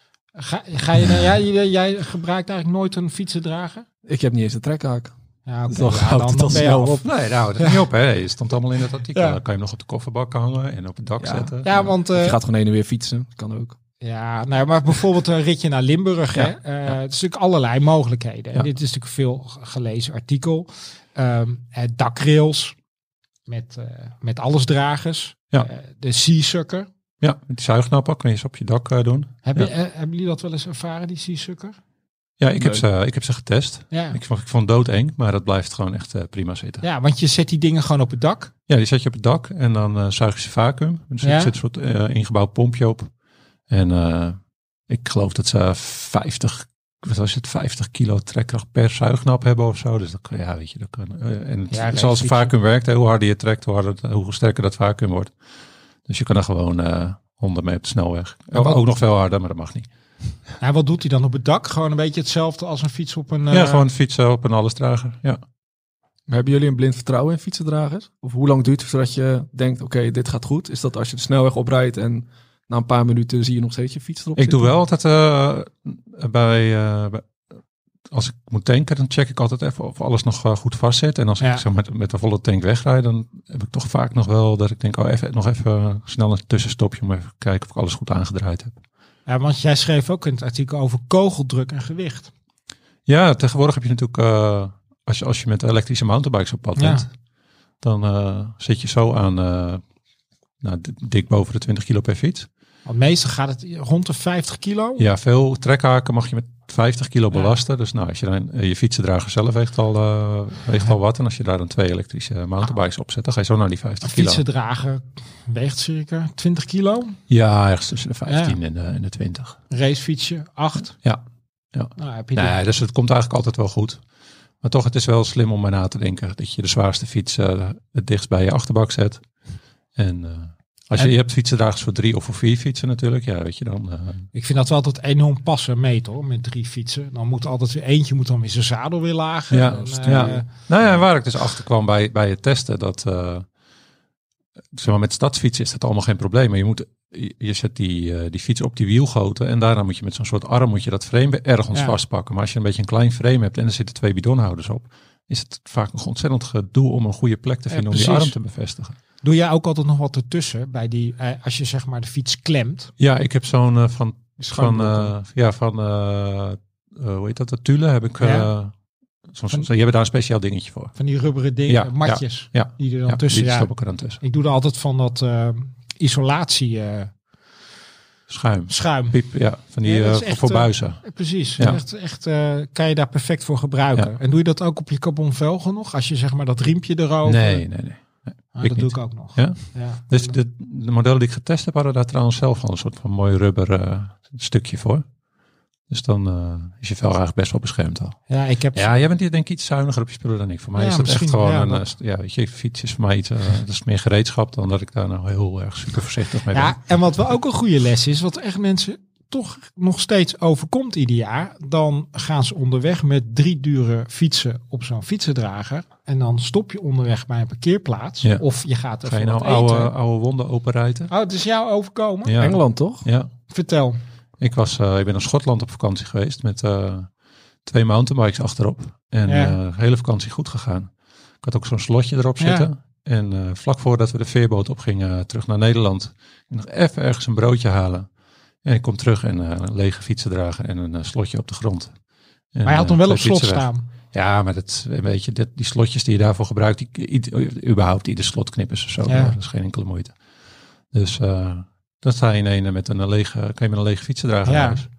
Ga, ga je, nou, jij, jij, jij gebruikt eigenlijk nooit een fietsendrager? Ik heb niet eens een trekhaak. Ja, okay, dus ja, dan, dan ben je op. Nee, nou, dat is niet op. Hè. Je stond allemaal in het artikel. Ja. Dan kan je hem nog op de kofferbak hangen en op het dak ja. zetten. Ja, want uh, je gaat gewoon heen en weer fietsen. Kan ook. Ja, nou, maar bijvoorbeeld een ritje naar Limburg. Ja. Hè? Uh, ja. Het is natuurlijk allerlei mogelijkheden. Ja. En dit is natuurlijk een veel gelezen artikel. Um, uh, dakrails met, uh, met allesdragers. Ja. Uh, de Seasucker. Ja, met die zuignappen kun je ze op je dak uh, doen. Heb ja. je, uh, hebben jullie dat wel eens ervaren, die Seasucker? Ja, ik heb, ze, ik heb ze getest. Ja. Ik, vond, ik vond het doodeng, maar dat blijft gewoon echt uh, prima zitten. Ja, want je zet die dingen gewoon op het dak. Ja, die zet je op het dak en dan uh, zuig je ze vacuüm. Dus er ja. zit een soort uh, ingebouwd pompje op. En uh, ik geloof dat ze vijftig, wat was het, vijftig kilo trekkracht per zuignap hebben of zo. Dus dat kan, ja, weet je, dat kan. Uh, en het, ja, zoals het vacuüm werkt, hoe harder je trekt, hoe, harder, hoe sterker dat vacuüm wordt. Dus je kan er gewoon uh, honderd mee op de snelweg. Wat, ook nog veel harder, maar dat mag niet. Ja, wat doet hij dan op het dak? Gewoon een beetje hetzelfde als een fiets op een... Uh... Ja, gewoon fietsen op een allesdrager, ja. Maar hebben jullie een blind vertrouwen in fietsendragers? Of hoe lang duurt het voordat je denkt, oké, okay, dit gaat goed? Is dat als je de snelweg oprijdt en na een paar minuten zie je nog steeds je fiets erop Ik zitten? doe wel altijd uh, bij, uh, bij... Als ik moet tanken, dan check ik altijd even of alles nog uh, goed vast zit. En als ja. ik zeg, met, met de volle tank wegrijd, dan heb ik toch vaak nog wel dat ik denk, oh, even, nog even snel een tussenstopje om even te kijken of ik alles goed aangedraaid heb. Ja, want jij schreef ook in het artikel over kogeldruk en gewicht. Ja, tegenwoordig heb je natuurlijk, uh, als, je, als je met elektrische mountainbikes op pad bent, ja. dan uh, zit je zo aan uh, nou, dik boven de twintig kilo per fiets. Want meestal gaat het rond de vijftig kilo. Ja, veel trekhaken mag je met vijftig kilo belasten. Ja. Dus nou, als je dan je fietsendrager zelf weegt al, uh, weegt ja. al wat. En als je daar dan twee elektrische mountainbikes op zet, dan ga je zo naar die vijftig kilo. Een fietsendrager weegt circa twintig kilo. Ja, ergens tussen de vijftien ja. en, de, en de twintig. Racefietsje, acht. Ja. ja. Nou, heb je nee, dus het komt eigenlijk altijd wel goed. Maar toch, het is wel slim om bij na te denken. Dat je de zwaarste fiets uh, het dichtst bij je achterbak zet. En uh, als je, en, je hebt fietsendragers voor drie of voor vier fietsen natuurlijk. Ja, weet je dan. Uh, ik vind dat wel altijd enorm passen meet hoor, met drie fietsen. Dan moet altijd weer eentje moet dan weer zijn zadel weer lager. Ja, en, uh, ja. Nou ja, waar ik dus achter kwam bij, bij het testen. Dat uh, zeg maar, met stadsfietsen is dat allemaal geen probleem. Maar je moet... Je zet die, uh, die fiets op die wielgoten en daarna moet je met zo'n soort arm moet je dat frame ergens ja. vastpakken. Maar als je een beetje een klein frame hebt en er zitten twee bidonhouders op, is het vaak een ontzettend gedoe om een goede plek te vinden ja, om die arm te bevestigen. Doe jij ook altijd nog wat ertussen bij die, uh, als je zeg maar de fiets klemt? Ja, ik heb zo'n uh, van, van, uh, ja, van uh, uh, hoe heet dat, de Thule heb ik... Uh, ja. Zo, zo, zo, je hebt daar een speciaal dingetje voor. Van die rubberen dingen, ja, matjes, ja, ja, die er dan ja, tussen. Die ja, stop ik er dan tussen. Ik doe er altijd van dat uh, isolatie... Uh, Schuim. Schuim. Piep, ja, van die ja, uh, voor buizen. Uh, precies. Ja. Echt, echt uh, kan je daar perfect voor gebruiken. Ja. En doe je dat ook op je carbon velgen nog? Als je zeg maar dat riempje erover... Nee, nee, nee. nee. Ah, dat niet. Doe ik ook nog. Ja? Ja. Dus de, de modellen die ik getest heb, hadden daar trouwens zelf al een soort van mooi rubber uh, stukje voor. Dus dan uh, is je vel eigenlijk best wel beschermd al. Ja, ik heb... ja, jij bent hier denk ik iets zuiniger op je spullen dan ik. Voor mij ja, is dat echt gewoon ja, een... Dat... Ja, weet je, fiets is voor mij iets... Uh, dat is meer gereedschap dan dat ik daar nou heel erg super voorzichtig mee ben. Ja, en wat wel ook een goede les is, wat echt mensen toch nog steeds overkomt ieder jaar, dan gaan ze onderweg met drie dure fietsen op zo'n fietsendrager. En dan stop je onderweg bij een parkeerplaats. Ja. Of je gaat even Ga je nou oude, oude wonden openrijden? Oh, het is jou overkomen? Ja. Engeland toch? Ja. Vertel. Ik was, uh, ik ben naar Schotland op vakantie geweest met uh, twee mountainbikes achterop. En de ja. uh, hele vakantie goed gegaan. Ik had ook zo'n slotje erop zitten. Ja. En uh, vlak voordat we de veerboot opgingen uh, terug naar Nederland, ik nog even ergens een broodje halen. En ik kom terug en uh, een lege fietsendrager en een uh, slotje op de grond. En, maar je had hem uh, wel op slot staan. Ja, maar dat, weet je, dit, die slotjes die je daarvoor gebruikt, die, i, überhaupt ieder slot knippen of zo. Ja. Dat is geen enkele moeite. Dus uh, dan sta je in een met een lege, kan je met een lege fietsendrager ja. naar huis.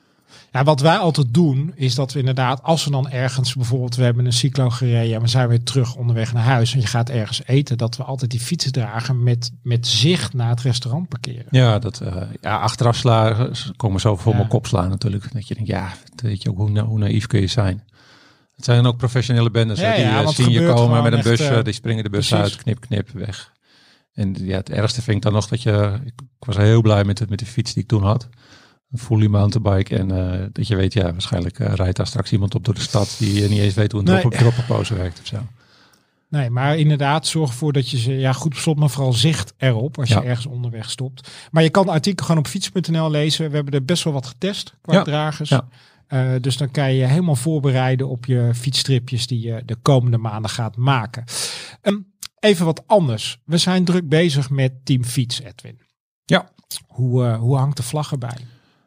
Ja, wat wij altijd doen, is dat we inderdaad, als we dan ergens, bijvoorbeeld we hebben een cyclo gereden en we zijn weer terug onderweg naar huis en je gaat ergens eten, dat we altijd die fietsen dragen met, met zicht naar het restaurant parkeren. Ja, dat, uh, ja achteraf slaan, komen zo voor ja. mijn kop slaan natuurlijk. Dat je denkt, ja, weet je ook, hoe, hoe naïef kun je zijn. Het zijn ook professionele bendes, ja, die ja, uh, zien je komen met een bus, echt, uh, die springen de bus precies. uit, knip, knip, weg. En ja, het ergste vind ik dan nog dat je, ik was heel blij met, het, met de fiets die ik toen had. Een fully mountainbike en uh, dat je weet, ja, waarschijnlijk uh, rijdt daar straks iemand op door de stad die uh, niet eens weet hoe een nee. dropperpose werkt of zo. Nee, maar inderdaad, zorg ervoor dat je ze, ja goed op slot, maar vooral zicht erop als ja. je ergens onderweg stopt. Maar je kan het artikel gewoon op fiets punt n l lezen. We hebben er best wel wat getest qua ja. dragers. Ja. Uh, dus dan kan je je helemaal voorbereiden op je fietsstripjes die je de komende maanden gaat maken. Um, even wat anders. We zijn druk bezig met Team Fiets, Edwin. Ja. Hoe, uh, hoe hangt de vlag erbij?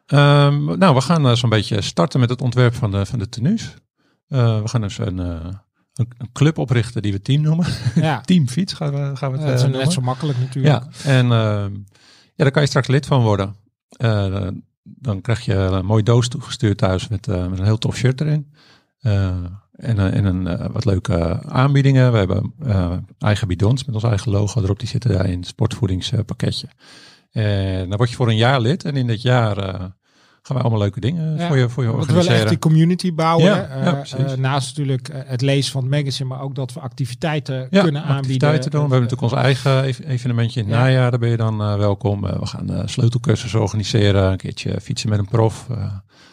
Um, nou, we gaan uh, zo'n beetje starten met het ontwerp van de, van de tenues. Uh, we gaan dus een, uh, een, een club oprichten die we team noemen. Ja. Team Fiets gaan we, gaan we het ja, dat is uh, net zo makkelijk natuurlijk. Ja, en uh, ja, daar kan je straks lid van worden. Uh, dan krijg je een mooie doos toegestuurd thuis met, uh, met een heel tof shirt erin. Uh, en, uh, en een uh, wat leuke aanbiedingen. We hebben uh, eigen bidons met ons eigen logo erop. Die zitten daar in het sportvoedingspakketje. En dan word je voor een jaar lid. En in dit jaar uh, gaan wij allemaal leuke dingen ja, voor je, voor je organiseren. We willen echt die community bouwen. Ja, uh, ja, uh, naast natuurlijk uh, het lezen van het magazine, maar ook dat we activiteiten ja, kunnen aanbieden. activiteiten doen. We hebben natuurlijk ons eigen evenementje in het ja. najaar. Daar ben je dan uh, welkom. Uh, we gaan uh, sleutelcursussen organiseren. Een keertje fietsen met een prof. Uh,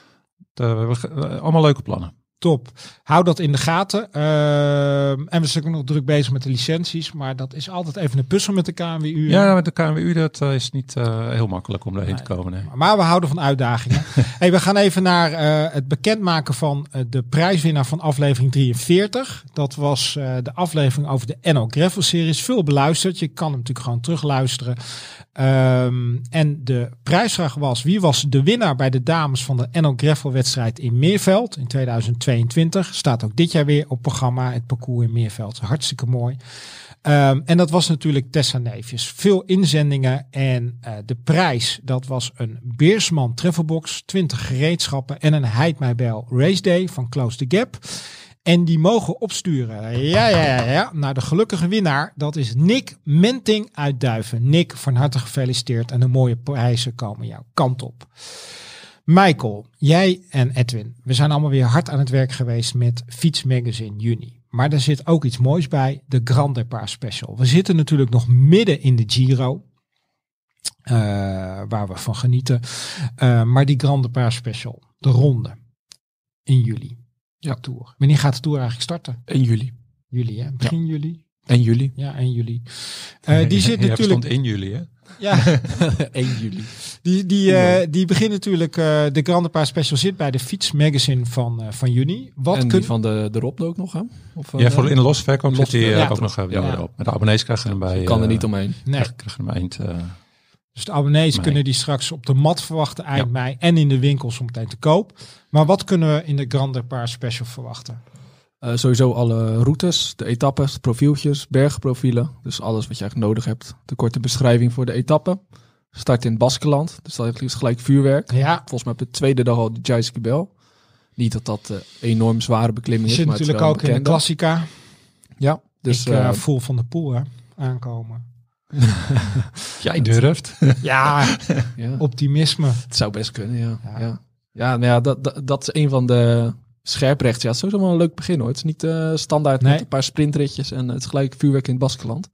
de, we, uh, allemaal leuke plannen. Top. Hou dat in de gaten. Uh, en we zijn ook nog druk bezig met de licenties. Maar dat is altijd even een puzzel met de K N W U. Ja, met de K N W U dat uh, is niet uh, heel makkelijk om daarheen nee, te komen. Nee. Maar we houden van uitdagingen. Hey, we gaan even naar uh, het bekendmaken van uh, de prijswinnaar van aflevering drieënveertig. Dat was uh, de aflevering over de N O Gravel Series. Veel beluisterd. Je kan hem natuurlijk gewoon terugluisteren. Um, en de prijsvraag was: wie was de winnaar bij de dames van de N O Gravel wedstrijd in Meerveld in tweeduizend tweeëntwintig? Staat ook dit jaar weer op programma, het parcours in Meerveld. Hartstikke mooi. Um, en dat was natuurlijk Tessa Neefjes. Veel inzendingen en uh, de prijs, dat was een Beersman Travelbox, twintig gereedschappen en een Heid My Bell Race Day van Close the Gap. En die mogen opsturen, ja, ja, ja, ja, naar de gelukkige winnaar. Dat is Nick Menting uit Duiven. Nick, van harte gefeliciteerd en de mooie prijzen komen jouw kant op. Michael, jij en Edwin, we zijn allemaal weer hard aan het werk geweest met Fiets Magazine juni. Maar er zit ook iets moois bij, de Grand Depart Special. We zitten natuurlijk nog midden in de Giro, uh, waar we van genieten. Uh, maar die Grand Depart Special, de ronde in juli. Ja. Tour. Wanneer gaat de Tour eigenlijk starten? één juli. Juli, hè? Begin Ja. juli? één juli. Ja, één juli. Uh, die zit Ja, natuurlijk... stond één juli, hè? Ja, één juli. die, die, uh, die begint natuurlijk... Uh, de Grand Depart Special zit bij de Fiets Magazine van, uh, van juni. Wat En kun... die van de, de Rob ook nog, hè? Of, uh, Ja, voor in de losverkoop zit die uh, ja. ook nog uh, Ja. op. Met de abonnees krijgen we hem bij... Je kan er uh, niet omheen. Nee. krijgen we hem eind... Uh, Dus de abonnees mei. kunnen die straks op de mat verwachten eind Ja. mei. En in de winkels zometeen te koop. Maar wat kunnen we in de Grand Depart Special verwachten? Uh, sowieso alle routes, de etappes, de profieltjes, bergprofielen. Dus alles wat je eigenlijk nodig hebt. De korte beschrijving voor de etappe. Start in het Baskeland. Dus dat is gelijk vuurwerk. Ja, Volgens mij op de tweede dag al de Jaizkibel. Niet dat dat uh, enorm zware beklimming je is. zit maar het is natuurlijk wel ook in de bekende. Klassica. Ja, dus Dus ik uh, uh, voel Van der Poel hè, aankomen. jij durft. Ja, ja, optimisme. het zou best kunnen, ja. Ja. Ja, ja. ja, nou ja dat, dat, dat is een van de scherprechts. Ja, het is sowieso wel een leuk begin hoor. Het is niet uh, standaard Nee. met een paar sprintritjes en het is gelijk vuurwerk in het Baskeland.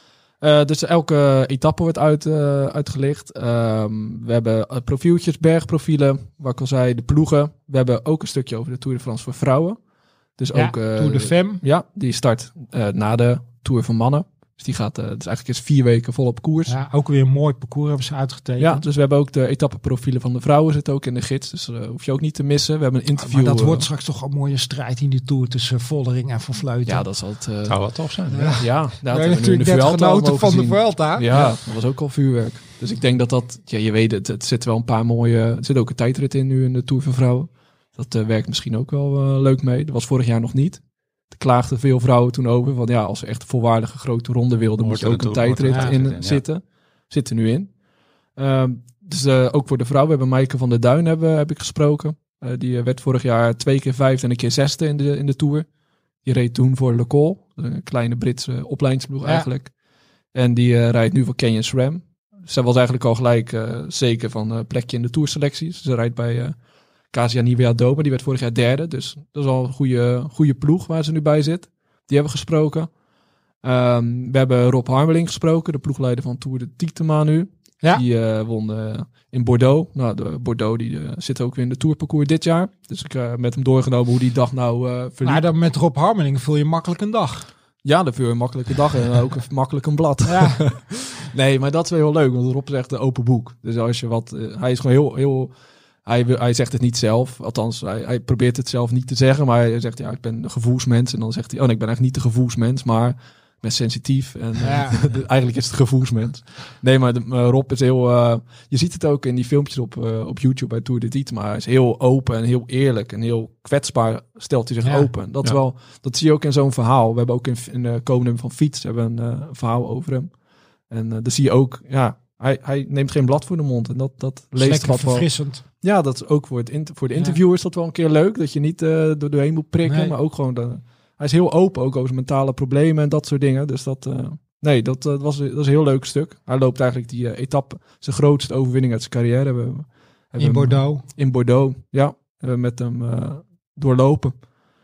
Uh, dus elke etappe wordt uit, uh, uitgelicht. Um, we hebben uh, profieltjes, bergprofielen, wat ik al zei, de ploegen. We hebben ook een stukje over de Tour de France voor vrouwen. Dus Ja, ook, uh, Tour de Femme. Ja, die start uh, na de Tour van mannen. Dus die gaat, uh, dus eigenlijk is vier weken volop koers. Ja. Ja, ook weer een mooi parcours hebben ze uitgetekend. Dus we hebben ook de etappeprofielen van de vrouwen zitten ook in de gids. Dus uh, hoef je ook niet te missen. We hebben een interview. Maar dat uh, wordt straks toch een mooie strijd in die Tour tussen Vollering en Van Vleuten. Ja, dat zal het... Uh, Zou wel tof zijn. Ja. Ja. ja, we dat hebben hebben we nu in natuurlijk de net Vuelta genoten mogen van de zien. Vuelta. Ja, dat was ook al vuurwerk. Dus ik denk dat dat... Ja, je weet het, het zit wel een paar mooie... Er zit ook een tijdrit in nu in de Tour van Vrouwen. Dat uh, werkt misschien ook wel uh, leuk mee. Dat was vorig jaar nog niet. Er klaagden veel vrouwen toen over. van ja, als ze echt een volwaardige grote ronde wilden... moet Hoort je er ook een naartoe, hoort er tijdrit in naartoe, ja. zitten. Zit er nu in. Um, dus uh, ook voor de vrouwen hebben Maaike van der Duin hebben, heb ik gesproken. Uh, die uh, werd vorig jaar twee keer vijfde en een keer zesde in de, in de Tour. Die reed toen voor Le Col. Een kleine Britse opleidingsploeg Ja. eigenlijk. En die uh, rijdt nu voor Canyon SRAM. Zij was eigenlijk al gelijk uh, zeker van uh, plekje in de tourselecties. Ze rijdt bij uh, Casia Nivea Doma. Die werd vorig jaar derde. Dus dat is al een goede, goede ploeg waar ze nu bij zit. Die hebben we gesproken. Um, we hebben Rob Harmeling gesproken. De ploegleider van Tour de Tietema nu. Ja. Die uh, won uh, in Bordeaux. Nou, de Bordeaux die, uh, zit ook weer in de Tourparcours dit jaar. Dus ik heb uh, met hem doorgenomen hoe die dag nou uh, verliep. Maar dan met Rob Harmeling vul je makkelijk een dag. Ja, dat vind ik een makkelijke dag en ook een makkelijk een blad. Ja. Nee, maar dat is wel heel leuk, want Rob is echt een open boek. Dus als je wat, uh, hij is gewoon heel, heel, hij, wil- hij zegt het niet zelf. Althans, hij, hij probeert het zelf niet te zeggen, maar hij zegt ja, ik ben een gevoelsmens. En dan zegt hij, oh nee, ik ben eigenlijk niet de gevoelsmens, maar ik ben sensitief. En uh, Ja. eigenlijk is het gevoelsmens. Nee, maar de, uh, Rob is heel, uh, je ziet het ook in die filmpjes op, uh, op YouTube bij Tour de Tiet, maar hij is heel open en heel eerlijk en heel kwetsbaar stelt hij zich Ja. open. Dat, is Ja. wel, dat zie je ook in zo'n verhaal. We hebben ook in, in de komende van Fiets hebben we een uh, verhaal over hem. En uh, dan zie je ook, ja, hij, hij neemt geen blad voor de mond. En dat, dat Dat is leest lekker wat wel. verfrissend. Ja, dat is ook voor, het inter- voor de Ja. interviewer is dat wel een keer leuk. Dat je niet uh, door doorheen moet prikken. Nee. Maar ook gewoon, de, hij is heel open ook over zijn mentale problemen en dat soort dingen. Dus dat, uh, nee, dat, uh, was, dat is een heel leuk stuk. Hij loopt eigenlijk die uh, etappe, zijn grootste overwinning uit zijn carrière. Hebben, we- hebben In hem- Bordeaux. in Bordeaux, ja. Hebben we met hem uh, doorlopen.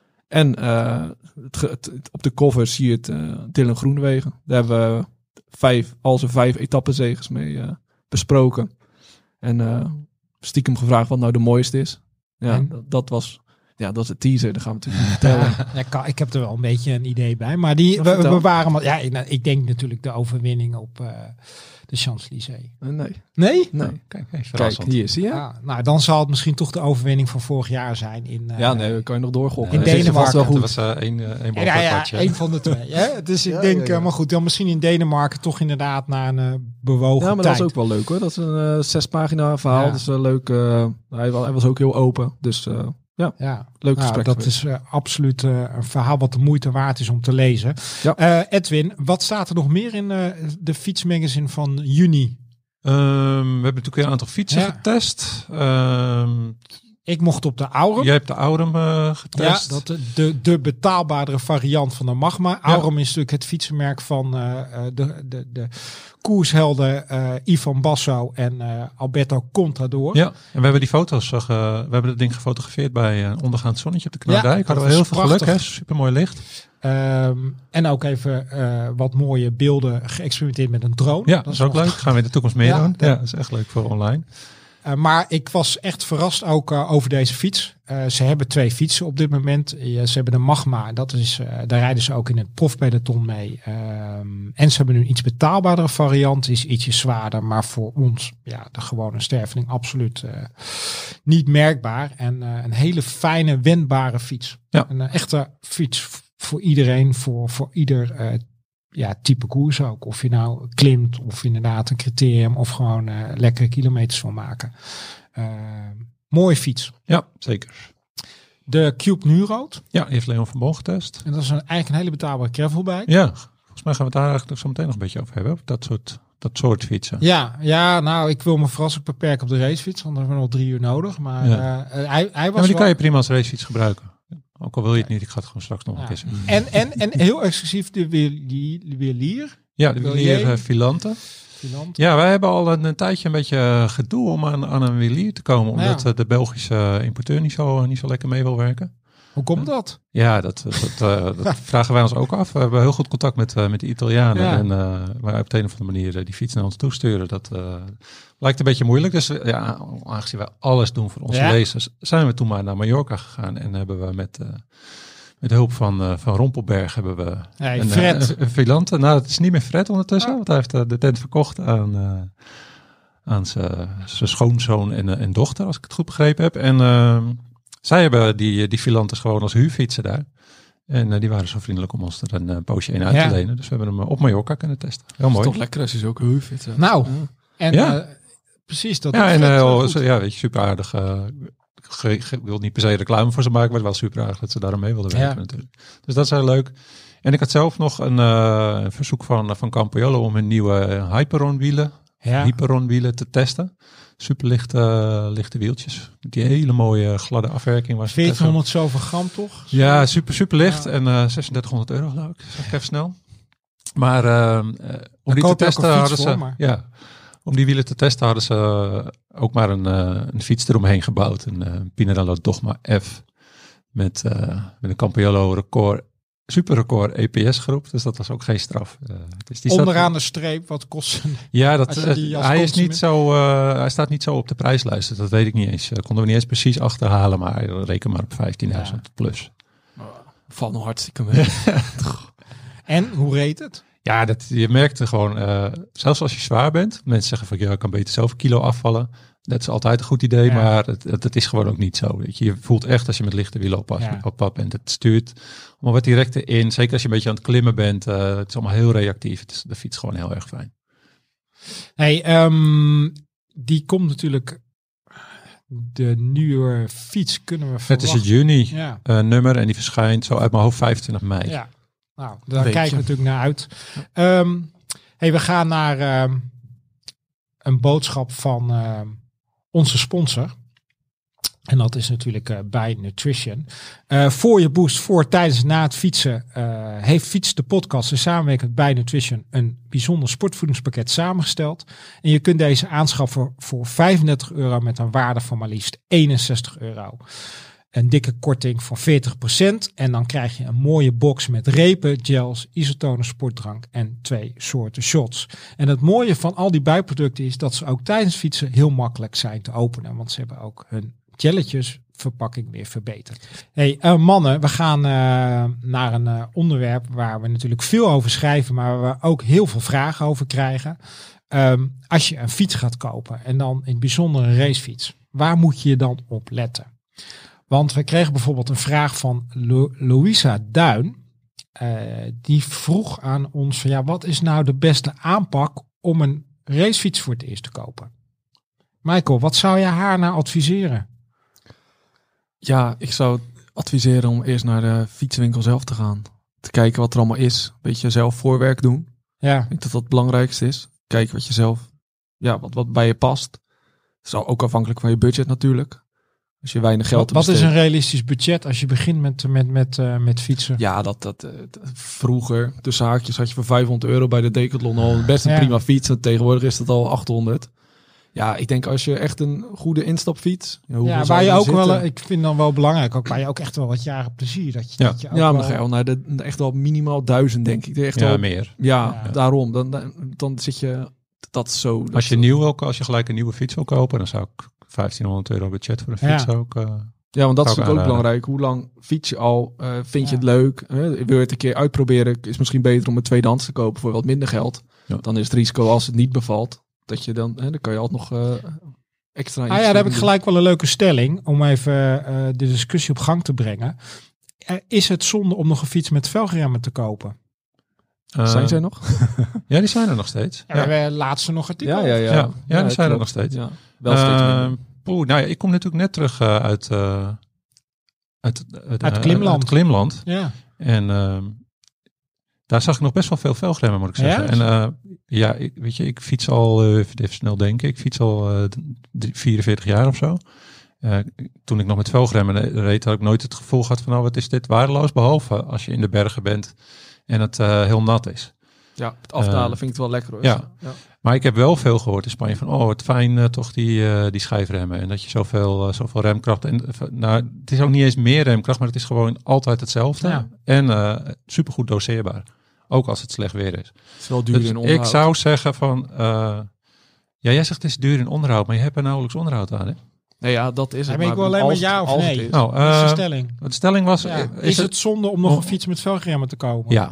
En uh, het, ge- het, het- op de cover zie je het uh, Dylan Groenewegen. Daar hebben we vijf, al zijn vijf etappenzegers mee uh, besproken. En uh, stiekem gevraagd wat nou de mooiste is. Ja, En? dat, dat was... Ja, dat is de teaser. Dat gaan we natuurlijk niet vertellen. Ja, kan- ik heb er wel een beetje een idee bij. Maar die, Ja, we, vertel. we waren... maar- Ja, ik, ik denk natuurlijk de overwinning op uh, de Champs-Élysées. Uh, nee, Nee? nee. Kijk, hey, Kijk, verrassend. hier zie je. Ja, Ja, nou, dan zal het misschien toch de overwinning van vorig jaar zijn. In, uh, nee, dan kan je nog doorgokken. In Dat is vast wel Denemarken. Dat goed. was uh, één, uh, één Ja, ja, ja, balkotje. één van de twee. Hè? Dus ik Ja, denk, ja, ja. uh, maar goed, dan misschien in Denemarken toch inderdaad naar een uh, bewogen Ja, maar tijd. dat is ook wel leuk hoor. Dat is een uh, zes pagina verhaal. Ja. Dat is wel leuk. Uh, hij, wa- hij was ook heel open. Dus uh, Ja, leuk nou, gesprek. dat geweest. is uh, absoluut uh, een verhaal wat de moeite waard is om te lezen. Ja. Uh, Edwin, wat staat er nog meer in uh, de fietsmagazine van juni? Um, we hebben natuurlijk een aantal fietsen Ja. getest. Um, Ik mocht op de Aurum. Jij hebt de Aurum uh, getest. Ja, dat de, de, de betaalbaardere variant van de Magma. Ja. Aurum is natuurlijk het fietsenmerk van uh, de, de, de koershelden uh, Ivan Basso en uh, Alberto Contador. Ja, en we hebben die foto's, uh, we hebben het ding gefotografeerd bij een uh, ondergaand zonnetje op de Knardijk. Ja, hadden we heel veel geluk, hè? Supermooi licht. Um, en ook even uh, wat mooie beelden geëxperimenteerd met een drone. Ja, dat is ook leuk. Gaan we in de toekomst meer ja, doen. Ja, dat is echt leuk voor online. Uh, maar ik was echt verrast ook uh, over deze fiets. Uh, ze hebben twee fietsen op dit moment. Ja, ze hebben de Magma. Dat is, uh, daar rijden ze ook in het profpeloton mee. Um, en ze hebben nu een iets betaalbaardere variant. Is ietsje zwaarder. Maar voor ons, ja, de gewone sterveling, absoluut uh, niet merkbaar. En uh, een hele fijne, wendbare fiets. Ja. Een uh, echte fiets voor iedereen. Voor, voor ieder uh, ja, type koers ook. Of je nou klimt of inderdaad een criterium of gewoon uh, lekkere kilometers wil maken. Uh, mooie fiets. Ja, zeker. De Cube Nuroad. Ja, die heeft Leon van Boon getest. En dat is een, eigenlijk een hele betaalbare gravelbike. Ja, volgens mij gaan we het daar eigenlijk zo meteen nog een beetje over hebben. Dat soort, dat soort fietsen. Ja, ja, nou ik wil me verrasselijk beperken op de racefiets. Want dan hebben we nog drie uur nodig. Maar, ja. uh, hij, hij was ja, maar die wel... kan je prima als racefiets gebruiken. Ook al wil je het niet, ik ga het gewoon straks nog ja. een keer zien. En, en, en heel exclusief de Welier. Ja, de Welier uh, Filante. Filante. Ja, wij hebben al een, een tijdje een beetje gedoe om aan, aan een Welier te komen. Omdat ja. de Belgische importeur niet zo, niet zo lekker mee wil werken. Hoe komt dat? Ja, dat, dat, uh, dat vragen wij ons ook af. We hebben heel goed contact met, uh, met de Italianen. Ja. En uh, wij op de een of andere manier uh, die fiets naar ons toesturen. Dat uh, lijkt een beetje moeilijk. Dus ja, aangezien wij alles doen voor onze ja. lezers, zijn we toen maar naar Mallorca gegaan. En hebben we met, uh, met hulp van, uh, van Rompelberg hebben we hey, een, Fred. Uh, een Filante. Nou, het is niet meer Fred ondertussen. Oh. Want hij heeft uh, de tent verkocht aan, uh, aan zijn schoonzoon en, uh, en dochter. Als ik het goed begrepen heb. En... Uh, Zij hebben die, die Filantes gewoon als huurfietsen daar. En uh, die waren zo vriendelijk om ons er een uh, poosje in uit te ja. lenen. Dus we hebben hem op Mallorca kunnen testen. Heel mooi. Het is toch lekker als je zulke huurfietsen hebt. Nou, ja. en ja. Uh, precies. Dat ja, en uh, zo, ja, weet je, super aardig. Uh, ik wil niet per se reclame voor ze maken, maar het was wel super aardig dat ze daarom mee wilden werken ja. natuurlijk. Dus dat is heel leuk. En ik had zelf nog een, uh, een verzoek van, van Campiolo om hun nieuwe Hyperon wielen, ja. Hyperon wielen te testen. Super lichte, uh, lichte wieltjes. Die hele mooie gladde afwerking. Was veertienhonderd zoveel gram toch? Ja, super, super licht. Ja. En uh, zesendertighonderd euro geloof ik. Zeg ik even snel. Maar uh, om die te testen hadden ze... Voor, ja, om die wielen te testen hadden ze uh, ook maar een, uh, een fiets eromheen gebouwd. Een uh, Pinarello Dogma F. Met, uh, met een Campiolo record. Superrecord E P S groep, dus dat was ook geen straf. Uh, dus die onderaan staat... de streep, wat kost een... Ja, dat, uh, hij, is niet zo, uh, hij staat niet zo op de prijslijst, dat weet ik niet eens. Uh, konden we niet eens precies achterhalen, maar reken maar op vijftienduizend ja. plus. Oh, valt nog hartstikke mee. En, hoe reed het? Ja, dat, je merkte gewoon, uh, zelfs als je zwaar bent, mensen zeggen van, ja, ik kan beter zelf een kilo afvallen. Dat is altijd een goed idee, ja. maar het, het, het is gewoon ook niet zo. Weet je. je voelt echt als je met lichte wielen op, ja. op pad bent. Het stuurt allemaal wat directer in. Zeker als je een beetje aan het klimmen bent. Uh, het is allemaal heel reactief. Het is de fiets gewoon heel erg fijn. Hey, um, die komt natuurlijk... De nieuwe fiets kunnen we verwachten. Het is het juni ja. uh, nummer en die verschijnt zo uit mijn hoofd vijfentwintig mei. Ja, nou, daar Weetje. kijken we natuurlijk naar uit. Um, hey, we gaan naar um, een boodschap van... Uh, onze sponsor. En dat is natuurlijk uh, bij Nutrition. Uh, voor je boost, voor, tijdens, na het fietsen, uh, heeft Fiets de podcast in samenwerking bij Nutrition een bijzonder sportvoedingspakket samengesteld. En je kunt deze aanschaffen voor vijfendertig euro met een waarde van maar liefst eenenzestig euro. Een dikke korting van veertig procent. En dan krijg je een mooie box met repen, gels, isotone sportdrank en twee soorten shots. En het mooie van al die bijproducten is dat ze ook tijdens fietsen heel makkelijk zijn te openen. Want ze hebben ook hun gelletjes verpakking weer verbeterd. Hey uh, mannen, we gaan uh, naar een uh, onderwerp waar we natuurlijk veel over schrijven, maar waar we ook heel veel vragen over krijgen. Um, als je een fiets gaat kopen en dan in het bijzonder een racefiets, waar moet je dan op letten? Want we kregen bijvoorbeeld een vraag van Lo- Louisa Duin. Uh, die vroeg aan ons van ja, wat is nou de beste aanpak om een racefiets voor het eerst te kopen? Michael, wat zou je haar nou adviseren? Ja, ik zou adviseren om eerst naar de fietsenwinkel zelf te gaan. Te kijken wat er allemaal is. Een beetje zelf voorwerk doen. Ja. Ik denk dat dat het belangrijkste is. Kijken wat je zelf, ja, wat, wat bij je past. Dat is ook afhankelijk van je budget natuurlijk. Als je weinig geld Wat, te wat is besteden. een realistisch budget als je begint met, met, met, uh, met fietsen? Ja, dat, dat uh, vroeger, tussen haakjes, had je voor vijfhonderd euro bij de Decathlon al best een Ja. prima fiets. En tegenwoordig is dat al achthonderd. Ja, ik denk als je echt een goede instapfiets... Ja, hoeveel Ja, zou waar je dan ook wel, zitten? ik vind dan wel belangrijk, ook waar je ook echt wel wat jaren plezier dat je, Ja. dat je ook Ja, maar wel- dan ga je al naar de, echt wel minimaal duizend, denk ik. Echt Ja, wel, meer. ja, Ja. daarom. Dan, dan, dan zit je... Dat is zo... Dat Als je nieuw wil, als je gelijk een nieuwe fiets wil kopen, dan zou ik vijftienhonderd euro budget voor een fiets Ja. ook. Uh, Ja, want dat is Zou ik natuurlijk ook aanraden. belangrijk. Hoe lang fiets je al? Uh, vind Ja. je het leuk? Uh, wil je het een keer uitproberen? Is misschien beter om een tweedehands te kopen voor wat minder geld. Ja. Dan is het risico als het niet bevalt, dat je dan, hè, dan kan je altijd nog uh, extra. Ah ja, daar heb ik gelijk wel een leuke stelling om even uh, de discussie op gang te brengen. Uh, is het zonde om nog een fiets met velgremmen te kopen? uh, Zijn zij nog? Ja, die zijn er nog steeds. Ja, Ja, we hebben laatst nog artikel. Ja, ja, ja. Ja, ja, die zijn er klopt. nog steeds. Ja, wel steeds Uh, minder. Oeh, nou ja, ik kom natuurlijk net terug uh, uit, uh, uit, uit, Uit uh, Klimland. uit Klimland. Ja. En uh, daar zag ik nog best wel veel velgremmen, moet ik zeggen. Ja? En uh, ja, ik, weet je, ik fiets al, uh, even snel denken, ik fiets al uh, vierenveertig jaar of zo. Uh, toen ik nog met velgremmen reed, had ik nooit het gevoel gehad van, nou, wat is dit waardeloos, behalve als je in de bergen bent en het uh, heel nat is. Ja, het aftalen uh, vind ik het wel lekker hoor. ja. ja. Maar ik heb wel veel gehoord in Spanje van, oh, wat fijn uh, toch die, uh, die schijfremmen. En dat je zoveel, uh, zoveel remkracht... En, uh, nou, het is ook niet eens meer remkracht, maar het is gewoon altijd hetzelfde. Ja. En uh, supergoed doseerbaar. Ook als het slecht weer is. Het is wel duur Dus in onderhoud. ik zou zeggen van... Uh, ja, jij zegt het is duur in onderhoud, maar je hebt er nauwelijks onderhoud aan, hè? Nee, ja, dat is het. Heb ik wel alleen maar als- ja of als het nee? is- Nou, Dat is de uh, stelling. de stelling was... Ja. Is, Is het... het zonde om nog Oh. een fiets met velgremmen te kopen? Ja.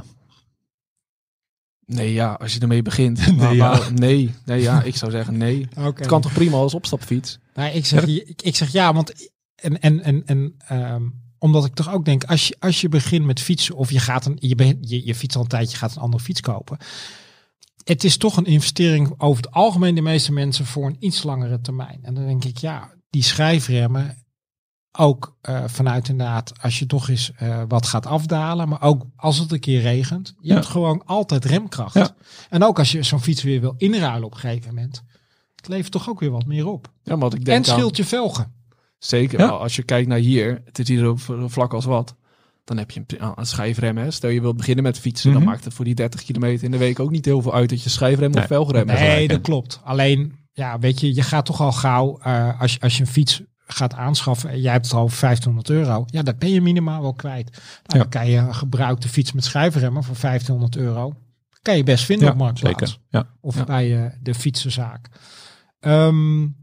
Nee, ja, als je ermee begint. Maar, Nee, ja. maar, nee, nee, ja, ik zou zeggen nee. Oké. Het kan toch prima als opstapfiets? Nou, ik, zeg, ik, ik zeg ja, want en, en, en, en um, omdat ik toch ook denk, als je, als je begint met fietsen of je gaat een, je, begint, je, je fiets al een tijdje, je gaat een andere fiets kopen. Het is toch een investering over het algemeen de meeste mensen voor een iets langere termijn. En dan denk ik, ja, die schijfremmen, ook uh, vanuit inderdaad, als je toch eens uh, wat gaat afdalen, maar ook als het een keer regent, je Ja. hebt gewoon altijd remkracht. Ja. En ook als je zo'n fiets weer wil inruilen op een gegeven moment, het levert toch ook weer wat meer op. Ja, want ik En denk het aan, scheelt je velgen. zeker, Ja. maar als je kijkt naar hier, het is hier zo v- vlak als wat. Dan heb je een, een schijfrem. Hè. Stel je wilt beginnen met fietsen, Mhm. dan maakt het voor die dertig kilometer in de week ook niet heel veel uit dat je schijfrem Nee. of velgrem hebt. Nee, gelijk, dat hè? klopt. Alleen, ja, weet je, je gaat toch al gauw, uh, als, je, als je een fiets gaat aanschaffen en jij hebt het al over vijftienhonderd euro, ja, dat ben je minimaal wel kwijt. Nou, Ja. Dan kan je een gebruikte fiets met schijfremmen voor vijftienhonderd euro. Kan je best vinden Ja, op Marktplaats. zeker. Ja. Of Ja. bij uh, de fietsenzaak. Um,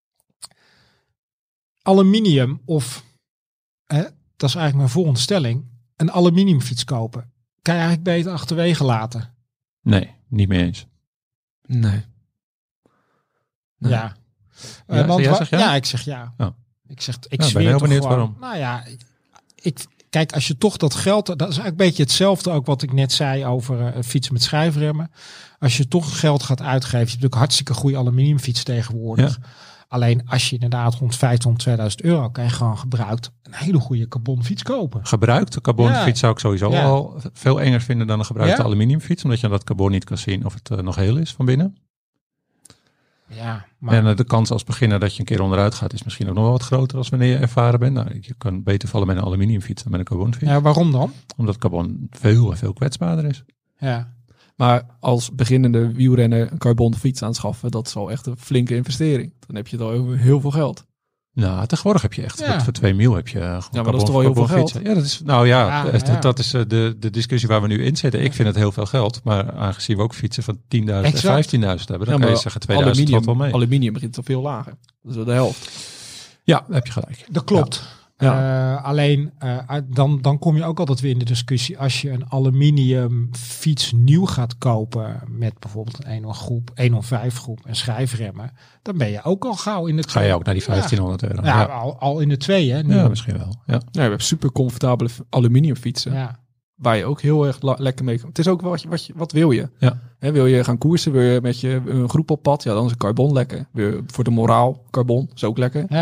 aluminium of, hè, dat is eigenlijk mijn volgende stelling, een aluminiumfiets kopen. Kan je eigenlijk beter achterwege laten. Nee, niet mee eens. Nee. Nee. Ja. Uh, Ja, want jij wa- zegt ja? ja, ik zeg ja. Oh. Ik zeg, ik Ja, ben zweer heel toch benieuwd gewoon. waarom. Nou ja, ik, ik, kijk, als je toch dat geld, dat is eigenlijk een beetje hetzelfde ook wat ik net zei over uh, fietsen met schijfremmen. Als je toch geld gaat uitgeven, je hebt natuurlijk hartstikke goede aluminiumfiets tegenwoordig. Ja. Alleen als je inderdaad rond vijfhonderd, tweeduizend euro kan je gewoon gebruikt een hele goede carbon fiets kopen. Gebruikte carbonfiets Ja. zou ik sowieso Ja. al veel enger vinden dan een gebruikte Ja? aluminiumfiets. Omdat je aan dat carbon niet kan zien of het uh, nog heel is van binnen. Ja, maar En uh, de kans als beginner dat je een keer onderuit gaat is misschien ook nog wel wat groter als wanneer je ervaren bent. Nou, je kan beter vallen met een aluminiumfiets dan met een carbonfiets. ja, waarom dan? Omdat carbon veel en veel kwetsbaarder is. Ja. Maar als beginnende wielrenner een carbon fiets aanschaffen, dat is al echt een flinke investering. Dan heb je het al over heel veel geld. Nou, tegenwoordig heb je echt Ja. voor, voor twee mil heb je uh, gewoon maar dat is toch wel heel veel carbonfietsen. Ja, dat is, nou ja, Ja, dat, ja. dat is uh, de, de discussie waar we nu in zitten. Ik vind het heel veel geld, maar aangezien we ook fietsen van tienduizend en Exact. vijftienduizend hebben, dan Ja, kan je maar zeggen tweeduizend valt wel mee. aluminium begint al veel lager. Dat is wel de helft. Ja, daar heb je gelijk. Dat klopt. Ja. Uh, alleen uh, dan, dan kom je ook altijd weer in de discussie. Als je een aluminium fiets nieuw gaat kopen met bijvoorbeeld een honderdgroep, honderdvijf groep en schijfremmen, dan ben je ook al gauw in de Ga je ook naar die vijftienhonderd euro. Ja, Ja, al, al in de twee, hè? ja. nieuw. misschien wel. Ja. Ja, we hebben super comfortabele aluminium fietsen. Ja. Waar je ook heel erg la- lekker mee kan. Het is ook wat, je, wat, je, wat wil je? Ja. Hè, wil je gaan koersen? Wil je met je een groep op pad? Ja, dan is een carbon lekker. Wil je voor de moraal carbon? Is ook lekker. Ja.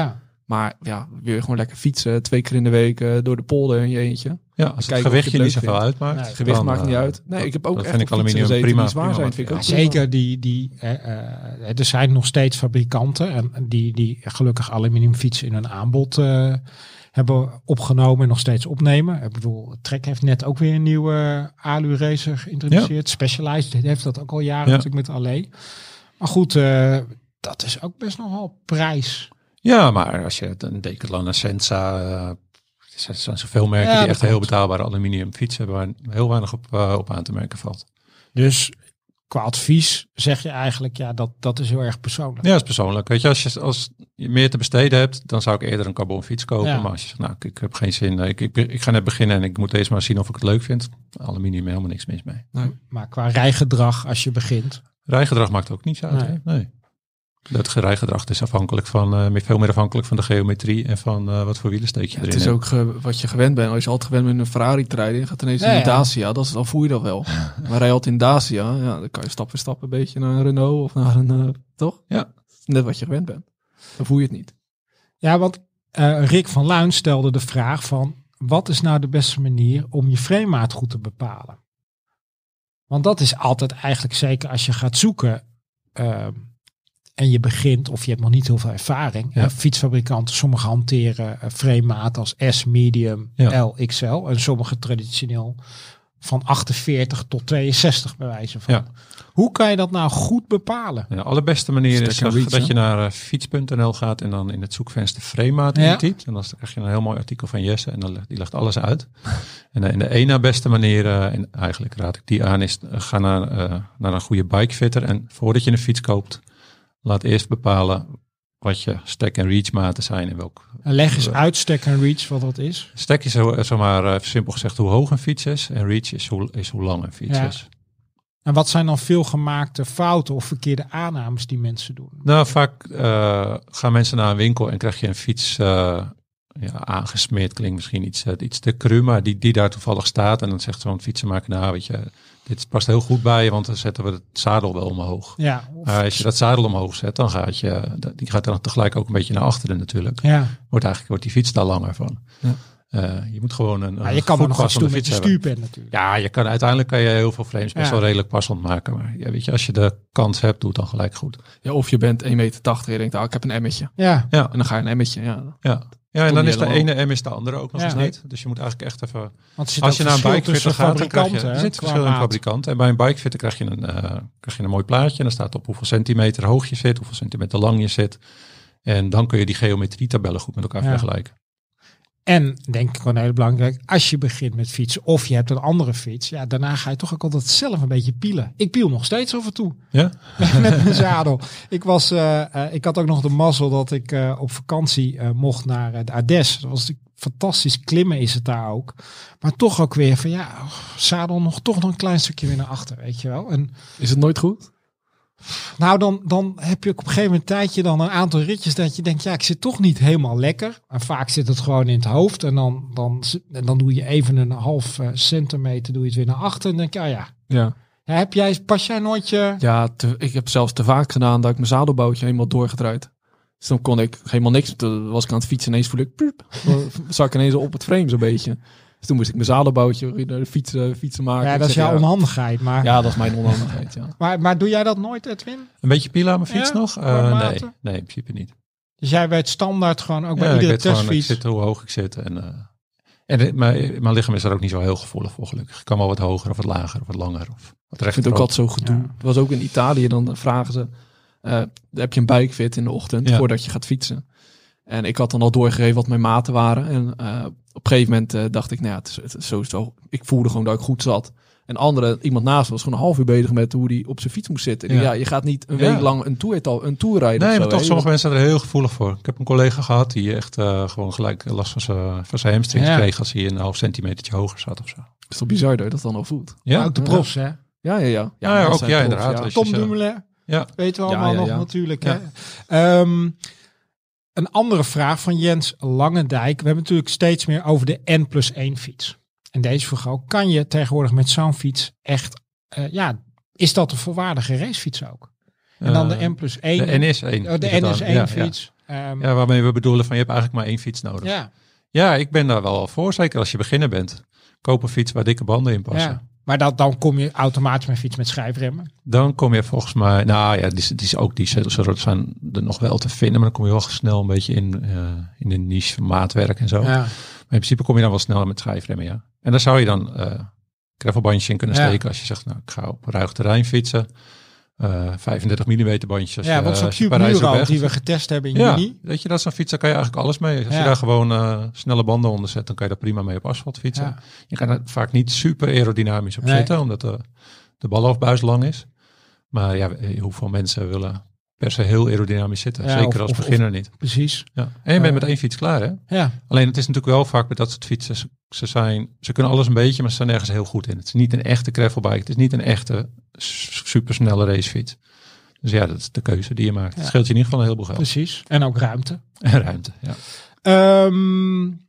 Maar ja, weer gewoon lekker fietsen. Twee keer in de week uh, door de polder in je eentje. Ja, als het gewichtje niet zoveel vindt. uitmaakt. Nee, het gewicht dan, maakt niet uh, uit. Nee, ik heb ook dat echt vind ik aluminium gezeten prima, die zwaar prima zijn. Vind ik Ja, ook zeker, die, die, uh, uh, er zijn nog steeds fabrikanten en die, die gelukkig aluminiumfietsen in hun aanbod uh, hebben opgenomen en nog steeds opnemen. Ik bedoel, Trek heeft net ook weer een nieuwe Alu Racer geïntroduceerd. Ja. Specialized heeft dat ook al jaren ja. natuurlijk met Allé. Maar goed, uh, dat is ook best nogal prijs. Ja, maar als je een Decathlon, een Sensa, uh, er zijn zoveel merken ja, die echt klopt. heel betaalbare aluminium fietsen hebben waar heel weinig op, uh, op aan te merken valt. Dus qua advies zeg je eigenlijk, ja, dat, dat is heel erg persoonlijk. Ja, dat is persoonlijk. Weet je, als je, als je meer te besteden hebt, dan zou ik eerder een carbon fiets kopen. Ja. Maar als je zegt, nou, ik, ik heb geen zin, ik, ik, ik ga net beginnen en ik moet deze maar zien of ik het leuk vind. Aluminium helemaal niks mis mee. Nee. Maar qua rijgedrag, als je begint. Rijgedrag maakt ook niets uit. Nee. Hè? Nee. Dat rijgedrag is afhankelijk van, uh, veel meer afhankelijk van de geometrie en van uh, wat voor wielensteek je ja, erin het is hebt. ook ge, wat je gewend bent. Als je altijd gewend bent met een Ferrari te rijden, je gaat ineens Ja, in een ja. Dacia, dat is, dan voel je dat wel. Maar rij je altijd in Dacia, ja, dan kan je stap voor stap een beetje naar een Renault of naar een, uh, toch? Ja. Net wat je gewend bent. Dan voel je het niet. Ja, want uh, Rick van Luijn stelde de vraag van, wat is nou de beste manier om je framemaat goed te bepalen? Want dat is altijd eigenlijk zeker als je gaat zoeken uh, en je begint of je hebt nog niet heel veel ervaring. Ja. Uh, fietsfabrikanten, sommigen hanteren uh, framemaat als S, medium, Ja. L, X L. En sommige traditioneel van achtenveertig tot tweeënzestig bij wijze van. Ja. Hoe kan je dat nou goed bepalen? Ja, de allerbeste manier is Stack and nog reach, dat hè? je naar uh, fiets punt n l gaat en dan in het zoekvenster framemaat Ja. intypt. En dan krijg je een heel mooi artikel van Jesse en dan, leg- die legt alles uit. En uh, in de één na beste manier, uh, en eigenlijk raad ik die aan, is uh, ga naar, uh, naar een goede bikefitter. En voordat je een fiets koopt, laat eerst bepalen wat je stack en reach maten zijn en welk. En leg eens uit stack and reach wat dat is. Stack is zo, zomaar uh, simpel gezegd hoe hoog een fiets is en reach is hoe, is hoe lang een fiets Ja. is. En wat zijn dan veel gemaakte fouten of verkeerde aannames die mensen doen? Nou, vaak uh, gaan mensen naar een winkel en krijg je een fiets uh, ja, aangesmeerd. Klinkt misschien iets, uh, iets te cru, maar die, die daar toevallig staat. En dan zegt zo'n fietsenmaker, nou weet je, dit past heel goed bij je, want dan zetten we het zadel wel omhoog. Ja, of, Maar als je dat zadel omhoog zet, dan gaat je, die gaat dan tegelijk ook een beetje naar achteren natuurlijk. ja. Wordt eigenlijk wordt die fiets daar langer van. Ja. Uh, je moet gewoon een, Maar een je kan er nog wat goed passende doen met je fiets hebben. stuurpen natuurlijk. Ja, je kan uiteindelijk kan je heel veel frames best Ja. wel redelijk passend maken. Maar ja, weet je, als je de kans hebt, doe het dan gelijk goed. Ja, of je bent één meter tachtig en je denkt, ah, ik heb een emmetje. Ja, Ja. En dan ga je een emmetje, ja. Ja, ja en dan niet is de helemaal. ene M is de andere ook nog Ja. eens niet. Dus je moet eigenlijk echt even... want er zit Als ook je naar een verschil bikefitter tussen gaat, dan krijg je, fabrikanten. er hè, zit qua verschil in maat. fabrikanten. En bij een bikefitter krijg je een, uh, krijg je een mooi plaatje. En dan staat op hoeveel centimeter hoog je zit, hoeveel centimeter lang je zit. En dan kun je die geometrietabellen goed met elkaar Ja. vergelijken. En denk ik gewoon heel belangrijk, als je begint met fietsen of je hebt een andere fiets, ja, daarna ga je toch ook altijd zelf een beetje pielen. Ik piel nog steeds af en toe Ja? met mijn zadel. Ik was, uh, uh, ik had ook nog de mazzel dat ik uh, op vakantie uh, mocht naar uh, de Ardèche. Dat was natuurlijk fantastisch, klimmen is het daar ook. Maar toch ook weer van ja, oh, zadel nog toch nog een klein stukje weer naar achter, weet je wel. En Is het nooit goed? nou, dan, dan heb je ook op een gegeven moment een tijdje dan een aantal ritjes dat je denkt, ja, ik zit toch niet helemaal lekker. En vaak zit het gewoon in het hoofd. En dan, dan, en dan doe je even een half uh, centimeter, doe je het weer naar achter. En dan denk je, oh ja, Ja. ja heb jij, pas jij nooit je... Ja, te, ik heb zelfs te vaak gedaan dat ik mijn zadelboutje helemaal doorgedraaid. Dus dan kon ik helemaal niks. Toen was ik aan het fietsen ineens voel ik, puup, zak ik ineens op het frame zo'n beetje. Dus toen moest ik mijn zadelboutje weer naar de fietsen, fietsen maken. Ja, Ik dat is zeg, jouw ja, onhandigheid. Maar, Ja, dat is mijn onhandigheid, ja. maar, maar doe jij dat nooit, Edwin? Een beetje pielen aan mijn fiets Ja, nog? qua Uh, nee, maten? nee, in principe niet. Dus jij weet standaard gewoon ook bij Ja, ik iedere weet gewoon, ik testfiets. zit hoe hoog ik zit. En, uh, en het- mijn, mijn lichaam is daar ook niet zo heel gevoelig voor gelukkig. Ik kan wel wat hoger of wat lager of wat langer. Of wat Ik vind het ook altijd zo gedoe. Ja. Het was ook in Italië, dan vragen ze, uh, heb je een bikefit in de ochtend Ja. voordat je gaat fietsen? En ik had dan al doorgegeven wat mijn maten waren. En uh, op een gegeven moment uh, dacht ik, nou ja, het is, het is zo, zo. Ik voelde gewoon dat ik goed zat. En andere, iemand naast me was gewoon een half uur bezig met hoe die op zijn fiets moest zitten. En Ja. ja, je gaat niet een Ja. week lang een tour, een tour rijden. Nee, of maar zo, toch, hè. sommige mensen zijn er heel gevoelig voor. Ik heb een collega gehad die echt uh, gewoon gelijk last van zijn, van zijn hamstrings Ja. kreeg als hij een half centimetertje hoger zat of zo. Het is toch bizar dat je dat dan al voelt. Ja, Maar ook de profs, hè? Ja, ja, ja. Ja, dat ook, zijn ja, profs, inderdaad. ja. Als je Tom zo- Dumoulin, ja. weten we Ja, allemaal ja, nog ja. natuurlijk. Ja. Hè? Um, een andere vraag van Jens Langendijk. We hebben natuurlijk steeds meer over de N plus één fiets. En deze vroeg ook, kan je tegenwoordig met zo'n fiets echt, uh, ja, is dat een volwaardige racefiets ook? En dan de Uh, N plus één. De N is één. Oh, de Is het N is dan? één Ja, fiets. Um, Ja, waarmee we bedoelen van je hebt eigenlijk maar één fiets nodig. ja, Ja, ik ben daar wel voor. Zeker als je beginner bent. Koop een fiets waar dikke banden in passen. ja. Maar dat, dan kom je automatisch met een fiets met schijfremmen. Dan kom je volgens mij... Nou ja, die, die, is ook, die zijn er nog wel te vinden. Maar dan kom je wel snel een beetje in, uh, in de niche van maatwerk en zo. Ja. Maar in principe kom je dan wel sneller met schijfremmen, ja. En daar zou je dan uh, gravelbandjes in kunnen steken. Ja. Als je zegt, nou, ik ga op ruig terrein fietsen. Uh, vijfendertig millimeter bandjes. Als ja, je, want zo'n als je Cube Nuro weg, die we getest hebben in ja, juni. Weet je, dat is zo'n fiets, daar kan je eigenlijk alles mee. Als ja. je daar gewoon uh, snelle banden onder zet, dan kan je daar prima mee op asfalt fietsen. Ja. Je kan er vaak niet super aerodynamisch op nee. zitten, omdat de, de balhoofdbuis lang is. Maar ja, hoeveel mensen willen per se heel aerodynamisch zitten? Ja, Zeker of, als of, beginner of, niet. Precies. Ja. En je bent uh, met één fiets klaar, hè? Ja. Alleen het is natuurlijk wel vaak met dat soort fietsen, ze, ze, zijn, ze kunnen alles een beetje, maar ze zijn nergens heel goed in. Het is niet een echte gravelbike, het is niet een echte supersnelle racefiets. Dus ja, dat is de keuze die je maakt. Het ja. scheelt je in ieder geval een heleboel geld. Precies. En ook ruimte. En ruimte, ja. Um,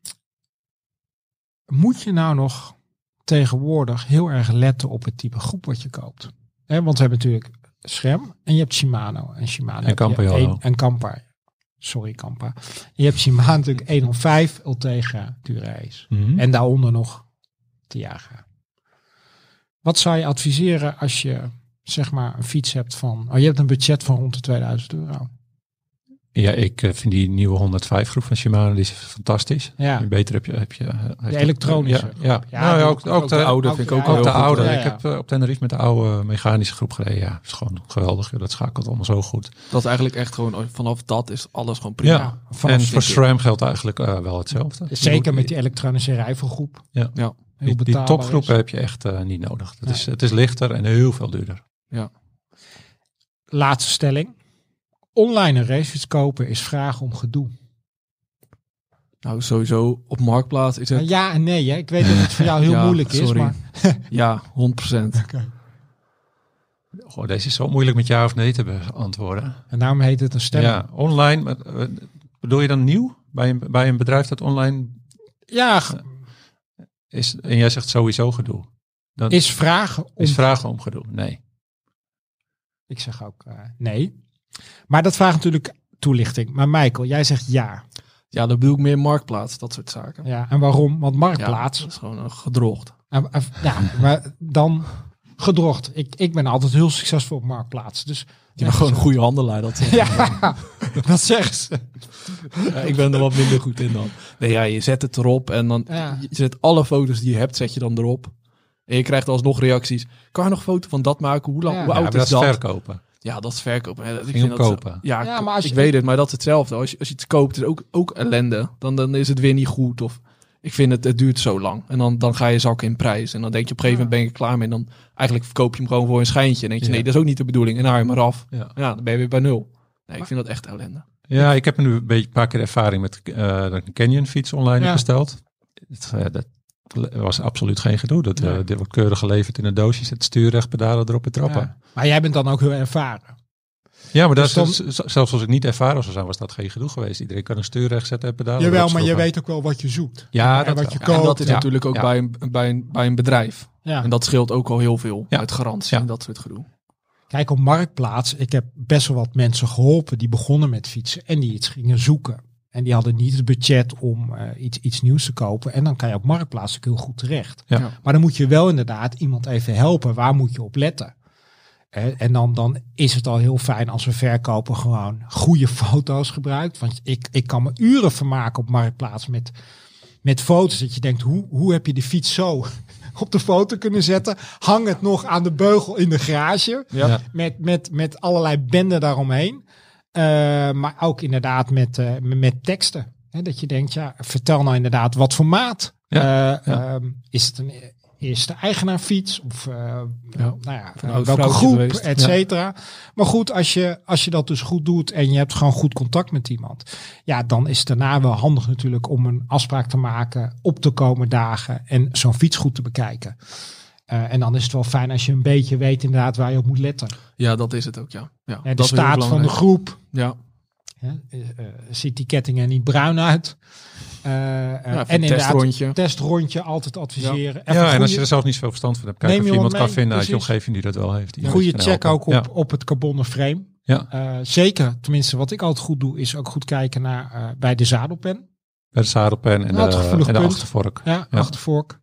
moet je nou nog tegenwoordig heel erg letten op het type groep wat je koopt? He, want we hebben natuurlijk Scherm en je hebt Shimano. En Shimano en Campagnolo. En Kampa. Sorry, Kampa. Je hebt Shimano natuurlijk honderdvijf Ultegra Dura-Ace. Mm-hmm. En daaronder nog Tiaga. Wat zou je adviseren als je... zeg maar een fiets hebt van... Oh, je hebt een budget van rond de tweeduizend euro. Ja, ik uh, vind die nieuwe honderdvijf groep van Shimano, die is fantastisch. Ja. Beter heb je... Heb je de elektronische. Ja, ja. ja, nou, ja ook, ook, ook de, de oude ook, vind ik ook, ja, ook de oude. Ja, ja. Ik heb uh, op Tenerife met de oude mechanische groep gereden. Ja, is gewoon geweldig. Dat schakelt allemaal zo goed. Dat is eigenlijk echt gewoon... Vanaf dat is alles gewoon prima. Ja, en voor SRAM geldt eigenlijk uh, wel hetzelfde. Zeker met die elektronische rijfelgroep. Ja, ja. Die, die topgroepen heb je echt uh, niet nodig. Het, nee. is, het is lichter en heel veel duurder. Ja. Laatste stelling. Online een racefiets kopen is vragen om gedoe. Nou, sowieso op Marktplaats is het... Ja en nee, hè? Ik weet dat het voor jou heel ja, moeilijk sorry. is, maar... ja, honderd procent. Okay. Goh, deze is zo moeilijk met ja of nee te beantwoorden. En daarom heet het een stelling. Ja, online. Maar, bedoel je dan nieuw? Bij een, bij een bedrijf dat online... Ja... Is, en jij zegt sowieso gedoe. Dan is vragen om... Is vragen om gedoe, nee. Ik zeg ook uh, nee. Maar dat vraagt natuurlijk toelichting. Maar Michael, jij zegt ja. Ja, dan bedoel ik meer Marktplaats, dat soort zaken. Ja, en waarom? Want Marktplaats... Ja, dat is gewoon een gedroogd. Uh, uh, ja, maar dan gedroogd. Ik, ik ben altijd heel succesvol op Marktplaats. Dus... Je bent gewoon een goede handelaar. Dat ja, dat zeggen ze. Ja, ik ben er wat minder goed in dan. Nee, ja, je zet het erop en dan ja. je zet alle foto's die je hebt, zet je dan erop. En je krijgt alsnog reacties. Kan je nog een foto van dat maken? Hoe lang? Ja. Hoe oud ja, is dat? dat? Is verkopen. Ja, dat is verkopen. Ja, ik vind dat kopen. Ja, ja maar als je, ik weet het, maar dat is hetzelfde. Als je, als je iets koopt, is ook, ook ellende. Dan, dan is het weer niet goed. Of ik vind het, het duurt zo lang. En dan, dan ga je zakken in prijs. En dan denk je op een gegeven moment ben je klaar mee. En dan eigenlijk verkoop je hem gewoon voor een schijntje. En denk je, ja. nee, dat is ook niet de bedoeling. En dan haal je hem eraf. Ja. ja, dan ben je weer bij nul. Nee, ik vind dat echt ellende. Ja, ik heb nu een beetje een paar keer ervaring met uh, een Canyon fiets online ja. besteld. Het, uh, dat was absoluut geen gedoe. Dat uh, dit wordt keurig geleverd in een doosje. Zet stuurrecht, pedalen erop en trappen. Ja. Maar jij bent dan ook heel ervaren. Ja, maar dus dat dan, is, zelfs als ik niet ervaren zou zijn, was dat geen gedoe geweest. Iedereen kan een stuurrecht zetten en pedalen. Jawel, maar je weet ook wel wat je zoekt. Ja, en dat wat je ja, koopt. En dat is ja. natuurlijk ook ja. bij, een, bij, een, bij een bedrijf. Ja. En dat scheelt ook al heel veel ja. uit garantie ja. en dat soort gedoe. Kijk, op Marktplaats, ik heb best wel wat mensen geholpen die begonnen met fietsen en die iets gingen zoeken. En die hadden niet het budget om uh, iets, iets nieuws te kopen. En dan kan je op Marktplaats ook heel goed terecht. Ja. Maar dan moet je wel inderdaad iemand even helpen. Waar moet je op letten? Uh, en dan, dan is het al heel fijn als een verkoper gewoon goede foto's gebruikt. Want ik, ik kan me uren vermaken op Marktplaats met, met foto's. Dat je denkt, hoe, hoe heb je de fiets zo op de foto kunnen zetten? Hang het nog aan de beugel in de garage. Ja. Met, met, met allerlei benden daaromheen. Uh, maar ook inderdaad met, uh, met teksten. Hè, dat je denkt, ja, vertel nou inderdaad wat voor maat. Ja, uh, ja. Um, is het een eerste eigenaarfiets? Of uh, ja. nou ja, uh, welke groep, et cetera. Ja. Maar goed, als je, als je dat dus goed doet en je hebt gewoon goed contact met iemand. Ja, dan is het daarna wel handig natuurlijk om een afspraak te maken op te komen dagen en zo'n fiets goed te bekijken. Uh, en dan is het wel fijn als je een beetje weet inderdaad waar je op moet letten. Ja, dat is het ook, ja. ja, ja de dat staat van de groep. Ja. Ja, uh, uh, ziet die ketting er niet bruin uit? Uh, uh, ja, en een testrondje. testrondje altijd adviseren. Ja, ja goeie, en als je er zelf niet zoveel verstand van hebt, kijk of je iemand kan vinden uit je omgeving die dat wel heeft. Die goede check ook op, ja. op het carbonnen frame. Ja. Uh, zeker, tenminste wat ik altijd goed doe, is ook goed kijken naar uh, bij de zadelpen. Bij de zadelpen en, nou, de, en de achtervork. Ja, ja. achtervork.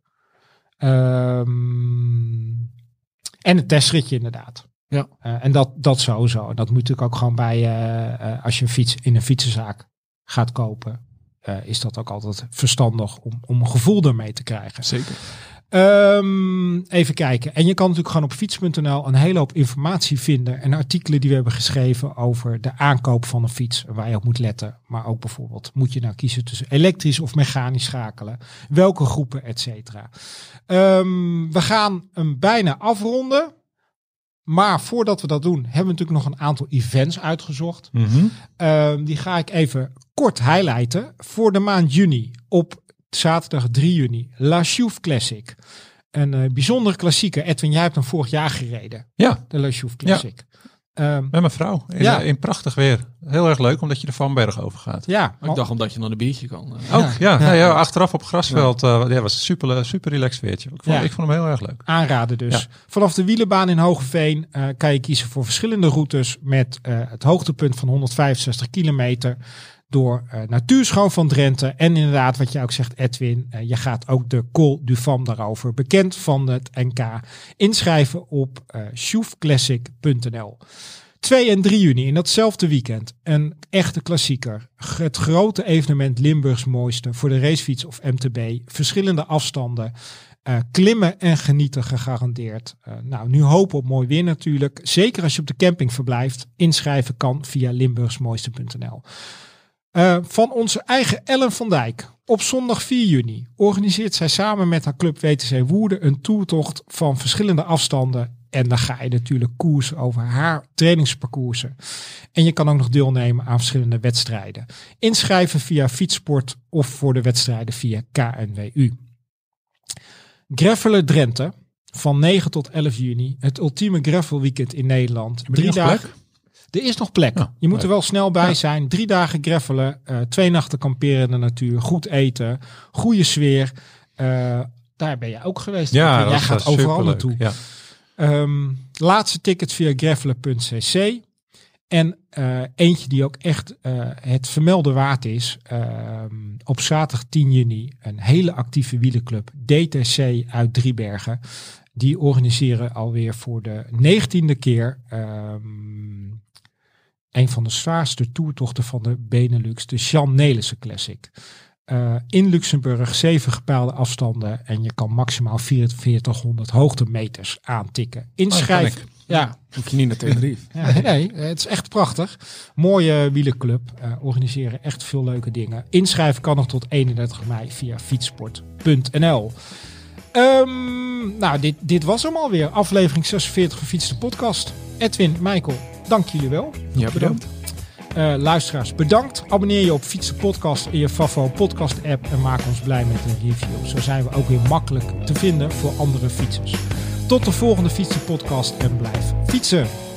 Um, en het testritje inderdaad. Ja. Uh, en dat, dat sowieso. En dat moet natuurlijk ook gewoon bij, uh, uh, als je een fiets in een fietsenzaak gaat kopen, uh, is dat ook altijd verstandig om, om een gevoel daarmee te krijgen. Zeker. Um, even kijken. En je kan natuurlijk gewoon op fiets punt n l een hele hoop informatie vinden en artikelen die we hebben geschreven over de aankoop van een fiets, waar je op moet letten. Maar ook bijvoorbeeld, moet je nou kiezen tussen elektrisch of mechanisch schakelen? Welke groepen, et cetera. Um, we gaan hem bijna afronden. Maar voordat we dat doen, hebben we natuurlijk nog een aantal events uitgezocht. Mm-hmm. Um, die ga ik even kort highlighten. Voor de maand juni op zaterdag drie juni, La Chouffe Classic. Een uh, bijzondere klassieker. Edwin, jij hebt hem vorig jaar gereden. Ja. De La Chouffe Classic. Ja. Um, Met mijn vrouw. In, ja. in prachtig weer. Heel erg leuk, omdat je de Van Berg over gaat. Ja. Ik dacht omdat je dan een biertje kan. Uh. Ook, ja. ja, ja. ja achteraf op grasveld. Ja. Uh, ja, was een super, super relaxed weertje. Ik vond, Ja. ik vond hem heel erg leuk. Aanraden dus. Ja. Vanaf de wielenbaan in Hogeveen uh, kan je kiezen voor verschillende routes met uh, het hoogtepunt van honderdvijfenzestig kilometer. Door uh, Natuurschoon van Drenthe. En inderdaad, wat je ook zegt, Edwin, uh, je gaat ook de Col du Fam daarover, bekend van het N K, inschrijven op uh, chouffe classic punt n l. twee en drie juni in datzelfde weekend. Een echte klassieker. Het grote evenement Limburgs mooiste voor de racefiets of M T B. Verschillende afstanden. Uh, klimmen en genieten gegarandeerd. Uh, nou, nu hopen op mooi weer natuurlijk. Zeker als je op de camping verblijft. Inschrijven kan via limburgsmooiste punt n l. Uh, van onze eigen Ellen van Dijk. Op zondag vier juni organiseert zij samen met haar club W T C Woerden een toertocht van verschillende afstanden. En dan ga je natuurlijk koersen over haar trainingsparcoursen. En je kan ook nog deelnemen aan verschillende wedstrijden. Inschrijven via Fietssport of voor de wedstrijden via K N W U. Greffelen Drenthe van negen tot elf juni. Het ultieme gravel weekend in Nederland. Drie dagen. Er is nog plek. Ja, je moet er wel snel bij ja. zijn. Drie dagen greffelen. Uh, twee nachten kamperen in de natuur. Goed eten. Goede sfeer. Uh, daar ben je ook geweest. Ja, jij dat gaat overal naartoe. Ja. Um, laatste tickets via greffelen punt c c. En uh, eentje die ook echt uh, het vermelden waard is. Uh, op zaterdag tien juni een hele actieve wielenclub. D T C uit Driebergen. Die organiseren alweer voor de negentiende keer um, een van de zwaarste toertochten van de Benelux. De Jan Nelissen Classic. Uh, in Luxemburg zeven gepaalde afstanden. En je kan maximaal vierentveertighonderd hoogtemeters aantikken. Inschrijven. Oh, ja. Hoef je niet naar Tenerife. Ja, nee, het is echt prachtig. Mooie wielenclub. Uh, organiseren echt veel leuke dingen. Inschrijven kan nog tot eenendertig mei via fietssport punt n l. Um, nou, dit, dit was hem alweer. Aflevering zesenveertig van Fiets de Podcast. Edwin, Michael, dank jullie wel. Ja, bedankt. Uh, luisteraars, bedankt. Abonneer je op Fiets de Podcast in je Favvo podcast app en maak ons blij met een review. Zo zijn we ook weer makkelijk te vinden voor andere fietsers. Tot de volgende Fiets de Podcast en blijf fietsen.